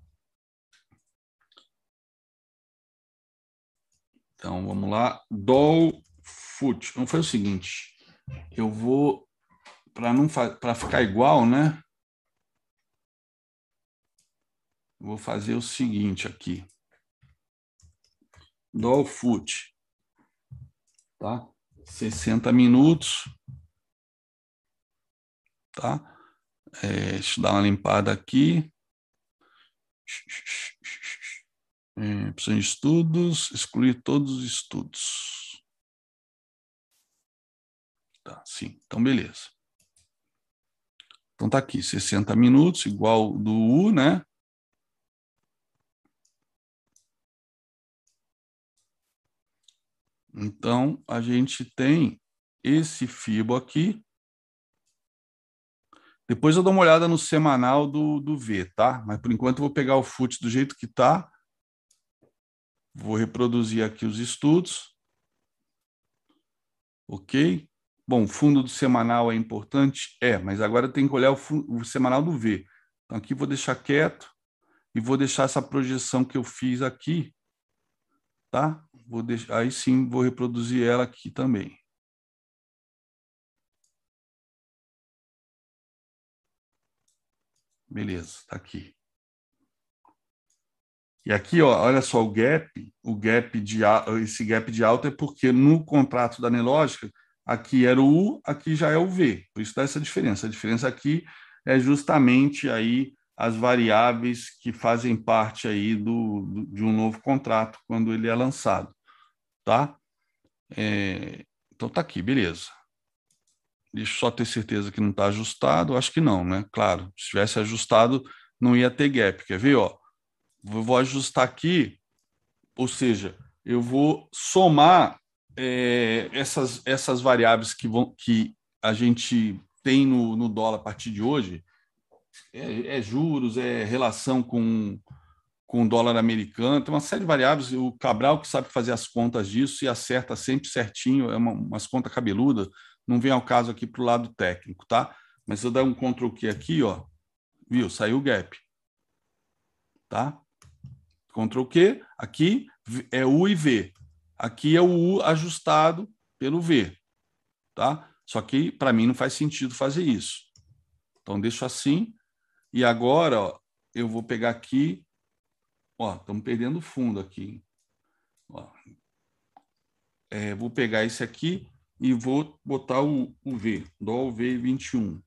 Então, vamos lá. Dow F U T. Vamos fazer o seguinte. Eu vou, para não para ficar igual, né? Vou fazer o seguinte aqui. Dow F U T. Tá? sessenta minutos. Tá? É, deixa eu dar uma limpada aqui. É, opção de estudos, excluir todos os estudos. Tá, sim. Então, beleza. Então, tá aqui, sessenta minutos, igual do U, né? Então, a gente tem esse fibo aqui. Depois eu dou uma olhada no semanal do, do V, tá? Mas, por enquanto, eu vou pegar o F U T do jeito que tá. Vou reproduzir aqui os estudos. Ok? Bom, o fundo do semanal é importante? É, mas agora tem que olhar o, fundo, o semanal do V. Então, aqui vou deixar quieto e vou deixar essa projeção que eu fiz aqui, tá? Vou deixar, aí sim, vou reproduzir ela aqui também. Beleza, tá aqui. E aqui, ó, olha só, o gap, o gap de, esse gap de alta é porque no contrato da Nelogica, aqui era o U, aqui já é o V. Por isso dá essa diferença. A diferença aqui é justamente aí as variáveis que fazem parte aí do, do de um novo contrato quando ele é lançado, tá? É, então tá aqui, beleza. Deixa eu só ter certeza que não está ajustado. Acho que não, né? Claro, se tivesse ajustado, não ia ter gap. Quer ver, ó? Eu vou ajustar aqui, ou seja, eu vou somar é, essas, essas variáveis que, vão, que a gente tem no, no dólar a partir de hoje. É, é juros, é relação com, com o dólar americano, tem uma série de variáveis. O Cabral que sabe fazer as contas disso e acerta sempre certinho, é uma, umas contas cabeludas, não vem ao caso aqui para o lado técnico, tá? Mas se eu der um Ctrl Q aqui, ó, viu? Saiu o gap, tá? Ctrl Q, aqui é U e V. Aqui é o U ajustado pelo V, tá? Só que para mim não faz sentido fazer isso. Então deixo assim. E agora, ó, eu vou pegar aqui, ó, estamos perdendo fundo aqui. Ó. É, vou pegar esse aqui e vou botar o, o V, dólar V vinte e um.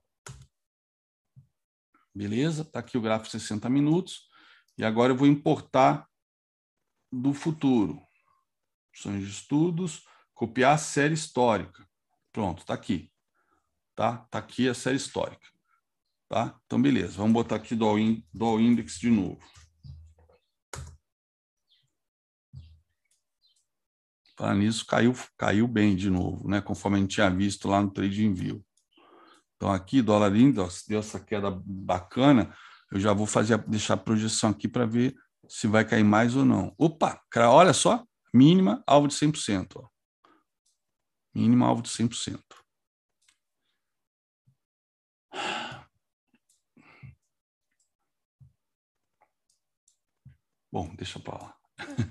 Beleza? Está aqui o gráfico sessenta minutos. E agora eu vou importar do futuro. Opções de estudos, copiar a série histórica. Pronto, está aqui. Tá? Tá aqui a série histórica. Tá? Então, beleza. Vamos botar aqui do All, in, do All Index de novo. Para nisso, caiu, caiu bem de novo, né? Conforme a gente tinha visto lá no Trade Envio. Então, aqui, dólar índice, deu essa queda bacana. Eu já vou fazer, deixar a projeção aqui para ver se vai cair mais ou não. Opa, olha só, mínima, alvo de cem por cento. Ó. Mínima, alvo de cem por cento. Bom, deixa para lá.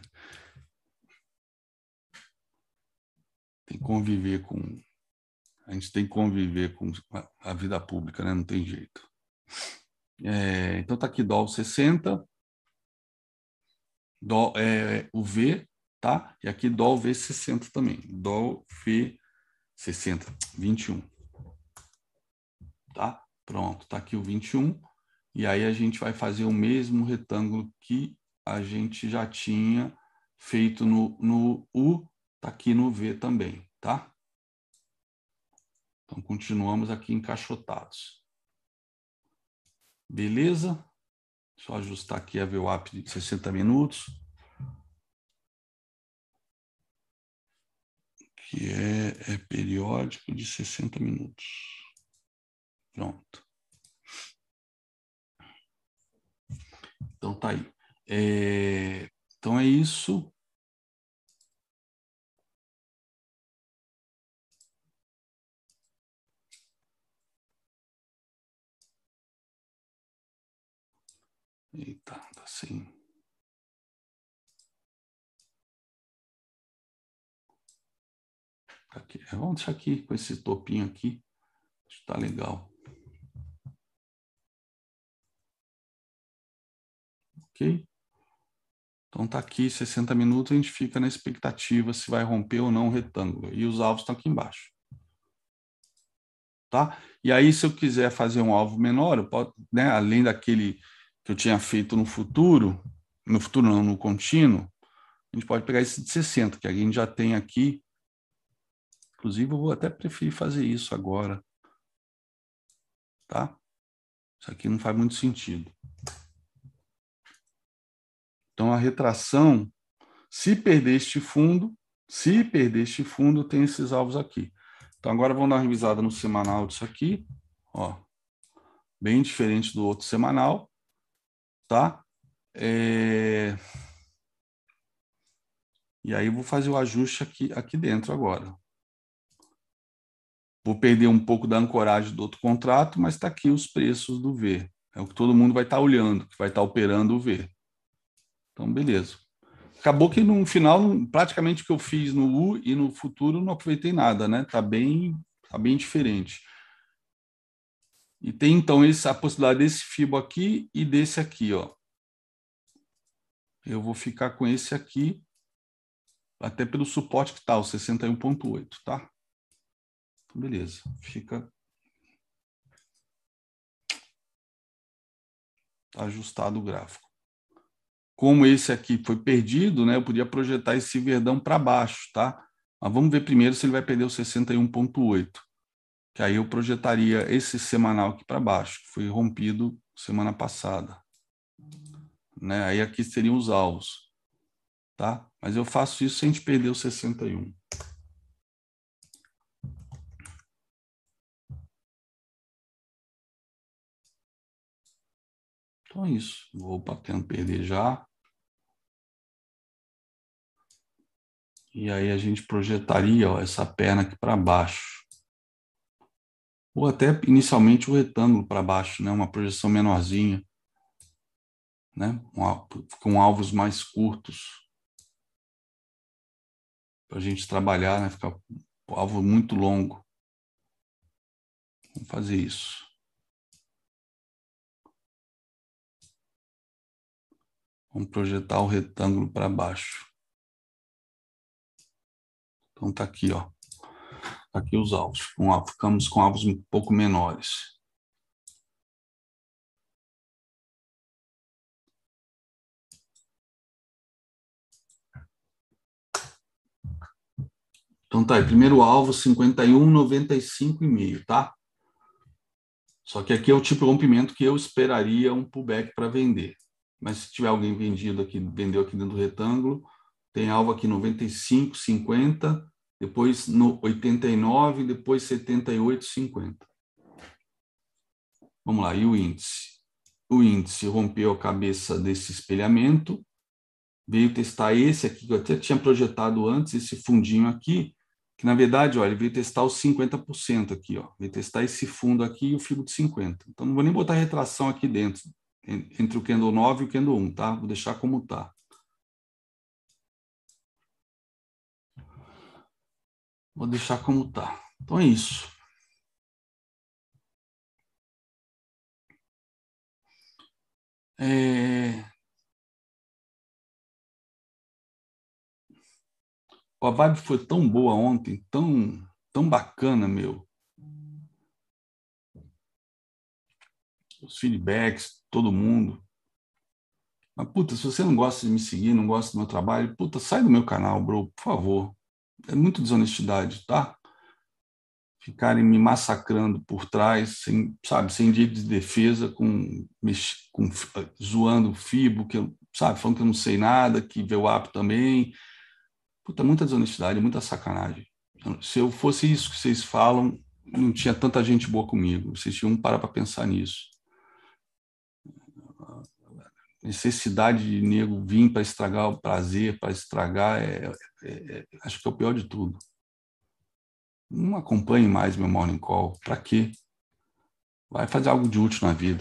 Tem que conviver com... A gente tem que conviver com a vida pública, né? Não tem jeito. É, então, tá aqui dólar sessenta. Dó, é, o V, tá? E aqui dólar V sessenta também. Dólar V sessenta, vinte e um. Tá? Pronto, tá aqui o vinte e um. E aí a gente vai fazer o mesmo retângulo que a gente já tinha feito no, no U, tá aqui no V também, tá? Então, continuamos aqui encaixotados. Beleza? Só ajustar aqui a V WAP de sessenta minutos. Que é, é periódico de sessenta minutos. Pronto. Então, tá aí. É, então, é isso. Eita, tá assim. Aqui. Vamos deixar aqui com esse topinho aqui. Acho que tá legal. Ok? Então tá aqui sessenta minutos, a gente fica na expectativa se vai romper ou não o retângulo. E os alvos estão aqui embaixo. Tá? E aí, se eu quiser fazer um alvo menor, eu posso, né, além daquele que eu tinha feito no futuro, no futuro não, no contínuo, a gente pode pegar esse de sessenta, que a gente já tem aqui. Inclusive, eu vou até preferir fazer isso agora. Tá? Isso aqui não faz muito sentido. Então, a retração, se perder este fundo, se perder este fundo, tem esses alvos aqui. Então, agora vamos dar uma revisada no semanal disso aqui. Ó, bem diferente do outro semanal. Tá? É... E aí, eu vou fazer o ajuste aqui, aqui dentro agora. Vou perder um pouco da ancoragem do outro contrato, mas está aqui os preços do V. É o que todo mundo vai estar olhando, que vai estar operando o V. Então, beleza. Acabou que no final, praticamente o que eu fiz no U e no futuro, não aproveitei nada, né? Tá bem, tá bem diferente. E tem, então, esse, a possibilidade desse Fibo aqui e desse aqui, ó. eu vou ficar com esse aqui, até pelo suporte que está, o sessenta e um ponto oito, tá? Beleza, fica ajustado o gráfico. Como esse aqui foi perdido, né, eu podia projetar esse verdão para baixo, tá? Mas vamos ver primeiro se ele vai perder o sessenta e um ponto oito, que aí eu projetaria esse semanal aqui para baixo, que foi rompido semana passada. Né? Aí aqui seriam os alvos, tá? Mas eu faço isso sem a gente perder o sessenta e um. Então é isso. Vou batendo perder já. E aí a gente projetaria, ó, essa perna aqui para baixo. Ou até inicialmente o retângulo para baixo, né? Uma projeção menorzinha, né? Com alvos mais curtos. Para a gente trabalhar, né? Ficar um alvo muito longo. Vamos fazer isso. Vamos projetar o retângulo para baixo. Então tá aqui, ó. Tá aqui os alvos. Ficamos com alvos um pouco menores. Então tá aí, primeiro alvo cinquenta e um, noventa e cinco e meio, tá? Só que aqui é o tipo de rompimento que eu esperaria um pullback para vender. Mas se tiver alguém vendido aqui, vendeu aqui dentro do retângulo, tem alvo aqui noventa e cinco, cinquenta, depois no oitenta e nove, depois setenta e oito, cinquenta. Vamos lá, e o índice? O índice rompeu a cabeça desse espelhamento, veio testar esse aqui, que eu até tinha projetado antes, esse fundinho aqui, que na verdade, ó, ele veio testar os cinquenta por cento aqui, ó. Veio testar esse fundo aqui e o fibo de cinquenta. Então, não vou nem botar retração aqui dentro, entre o candle nove e o candle um, tá? Vou deixar como tá. Vou deixar como tá. Então é isso. É... A vibe foi tão boa ontem, tão, tão bacana, meu. Os feedbacks, todo mundo. Mas, puta, se você não gosta de me seguir, não gosta do meu trabalho, puta, sai do meu canal, bro, por favor. É muito desonestidade, tá? Ficarem me massacrando por trás, sem, sabe, sem direito de defesa, com, com zoando o Fibo, que eu, sabe, falando que eu não sei nada, que vê o app também. Puta, muita desonestidade, muita sacanagem. Se eu fosse isso que vocês falam, não tinha tanta gente boa comigo. Vocês tinham que parar para pensar nisso. Necessidade de nego vir para estragar o prazer, para estragar, é, é, é, acho que é o pior de tudo. Não acompanhe mais meu Morning Call. Para quê? Vai fazer algo de útil na vida.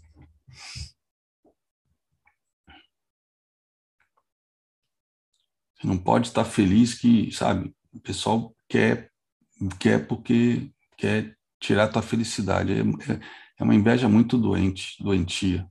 Você não pode estar feliz que, sabe, o pessoal quer, quer porque quer tirar a tua felicidade. É, é, é uma inveja muito doente, doentia.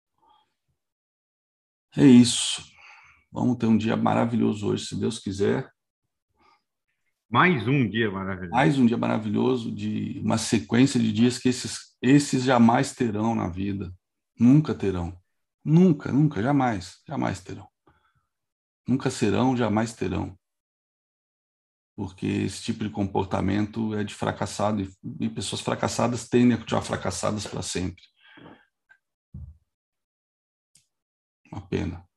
É isso. Vamos ter um dia maravilhoso hoje, se Deus quiser. Mais um dia maravilhoso. Mais um dia maravilhoso, de uma sequência de dias que esses, esses jamais terão na vida. Nunca terão. Nunca, nunca, jamais, jamais terão. Nunca serão, jamais terão. Porque esse tipo de comportamento é de fracassado, e, e pessoas fracassadas tendem a continuar fracassadas para sempre. Uma pena.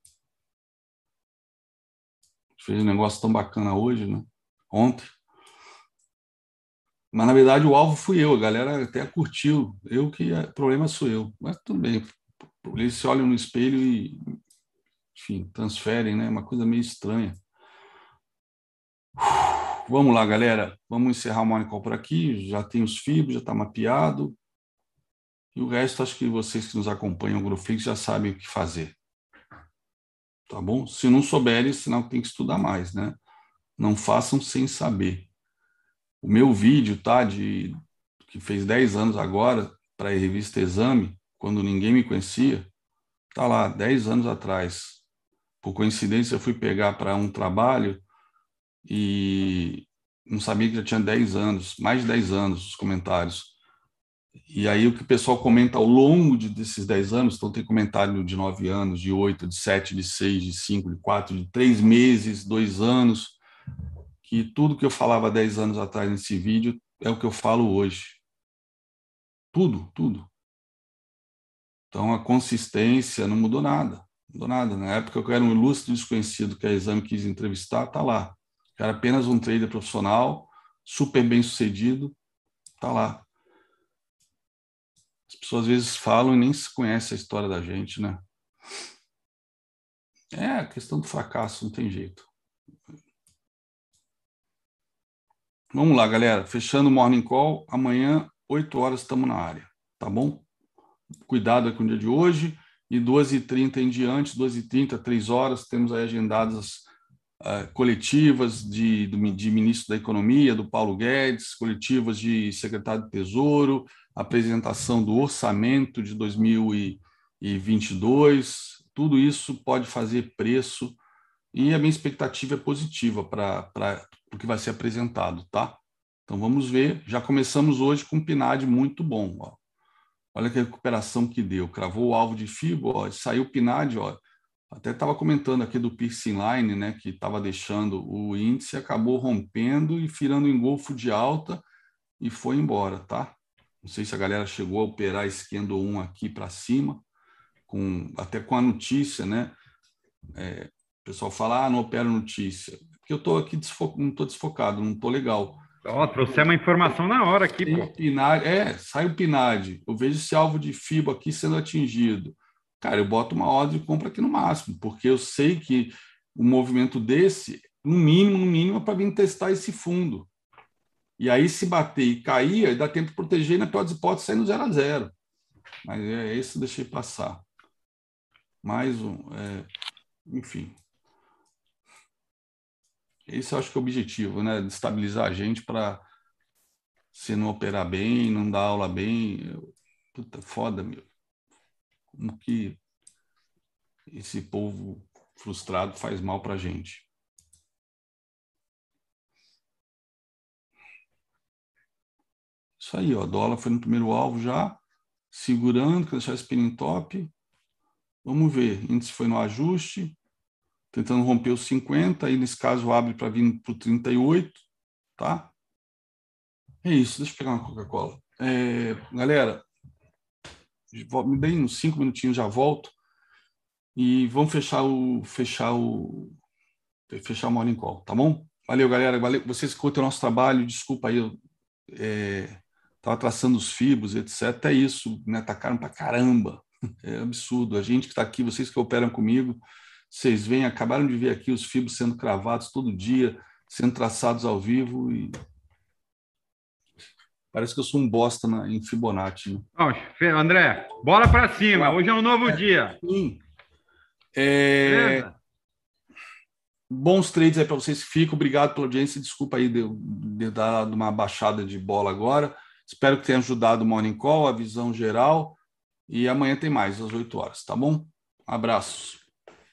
Fez um negócio tão bacana hoje, né? Ontem. Mas, na verdade, o alvo fui eu. A galera até curtiu. Eu que... O problema sou eu. Mas tudo bem. Eles se olham no espelho e, enfim, transferem, né? Uma coisa meio estranha. Vamos lá, galera. Vamos encerrar o Morning Call por aqui. Já tem os fibos, já está mapeado. E o resto, acho que vocês que nos acompanham, o Growflix, já sabem o que fazer. Tá bom? Se não souberem, senão tem que estudar mais, né? Não façam sem saber. O meu vídeo, tá, de, que fez dez anos agora, para a revista Exame, quando ninguém me conhecia, tá lá, dez anos atrás. por coincidência, eu fui pegar para um trabalho e não sabia que já tinha dez anos, mais de dez anos, os comentários. E aí o que o pessoal comenta ao longo de, desses dez anos, então tem comentário de nove anos, de oito, de sete, de seis, de cinco, de quatro, de três meses, dois anos, que tudo que eu falava dez anos atrás nesse vídeo é o que eu falo hoje. Tudo, tudo. Então a consistência não mudou nada, não mudou nada. Na época eu era um ilustre desconhecido que a Exame quis entrevistar, tá lá. Eu era apenas um trader profissional, super bem sucedido, tá lá. As pessoas às vezes falam e nem se conhecem a história da gente, né? É a questão do fracasso, não tem jeito. Vamos lá, galera. Fechando o Morning Call. Amanhã, oito horas, estamos na área. Tá bom? Cuidado com o dia de hoje. E duas e trinta em diante, duas e trinta, três horas, temos aí agendadas uh, coletivas de, de ministro da Economia, do Paulo Guedes, coletivas de secretário de Tesouro, apresentação do orçamento de dois mil e vinte e dois. Tudo isso pode fazer preço. E a minha expectativa é positiva para o que vai ser apresentado, tá? Então vamos ver. Já começamos hoje com um P N A D muito bom. Ó. Olha que recuperação que deu. Cravou o alvo de F I B, ó, saiu o P N A D. Ó. Até estava comentando aqui do Piercing Line, né, que estava deixando o índice, acabou rompendo e virando engolfo de alta e foi embora, tá? Não sei se a galera chegou a operar esse Candle um aqui para cima, com, até com a notícia, né? É, o pessoal fala, ah, não opera notícia. Porque eu estou aqui, desfo... não estou desfocado, não estou legal. Ó, trouxe uma informação na hora aqui, pô. P N A D, é, sai o P N A D. Eu vejo esse alvo de F I B aqui sendo atingido. Cara, eu boto uma ordem de compra aqui no máximo, porque eu sei que o movimento desse, no mínimo, no mínimo, é para vir testar esse fundo. E aí, se bater e cair, aí dá tempo de proteger e, na pior das hipóteses, sair no zero a zero. Mas é esse eu deixei passar. Mais um, é, enfim. Esse eu acho que é o objetivo, né? De estabilizar a gente para se não operar bem, não dar aula bem. Puta, foda, meu. Como que esse povo frustrado faz mal para a gente. Isso aí, ó. Dólar foi no primeiro alvo já, segurando, que deixar spinning top. Vamos ver. Índice foi no ajuste, tentando romper os cinquenta, aí nesse caso abre para vir para o trinta e oito, tá? É isso, deixa eu pegar uma Coca-Cola. É, galera, me deem uns cinco minutinhos, já volto. E vamos fechar o fechar o fechar o Morning Call, tá bom? Valeu, galera. Valeu. Vocês que curtem o nosso trabalho, desculpa aí, eu é, tava traçando os fibos, etcétera. Até isso, né? Tá caro pra caramba. É absurdo. A gente que está aqui, vocês que operam comigo, vocês vêm, acabaram de ver aqui os fibos sendo cravados todo dia, sendo traçados ao vivo e parece que eu sou um bosta na, em Fibonacci. Né? Oh, André, bola para cima. Hoje é um novo é, dia. Sim. É... Bons trades aí para vocês que ficam. Obrigado pela audiência. Desculpa aí de, de dar uma baixada de bola agora. Espero que tenha ajudado o Morning Call, a visão geral. E amanhã tem mais, às oito horas, tá bom? Abraços.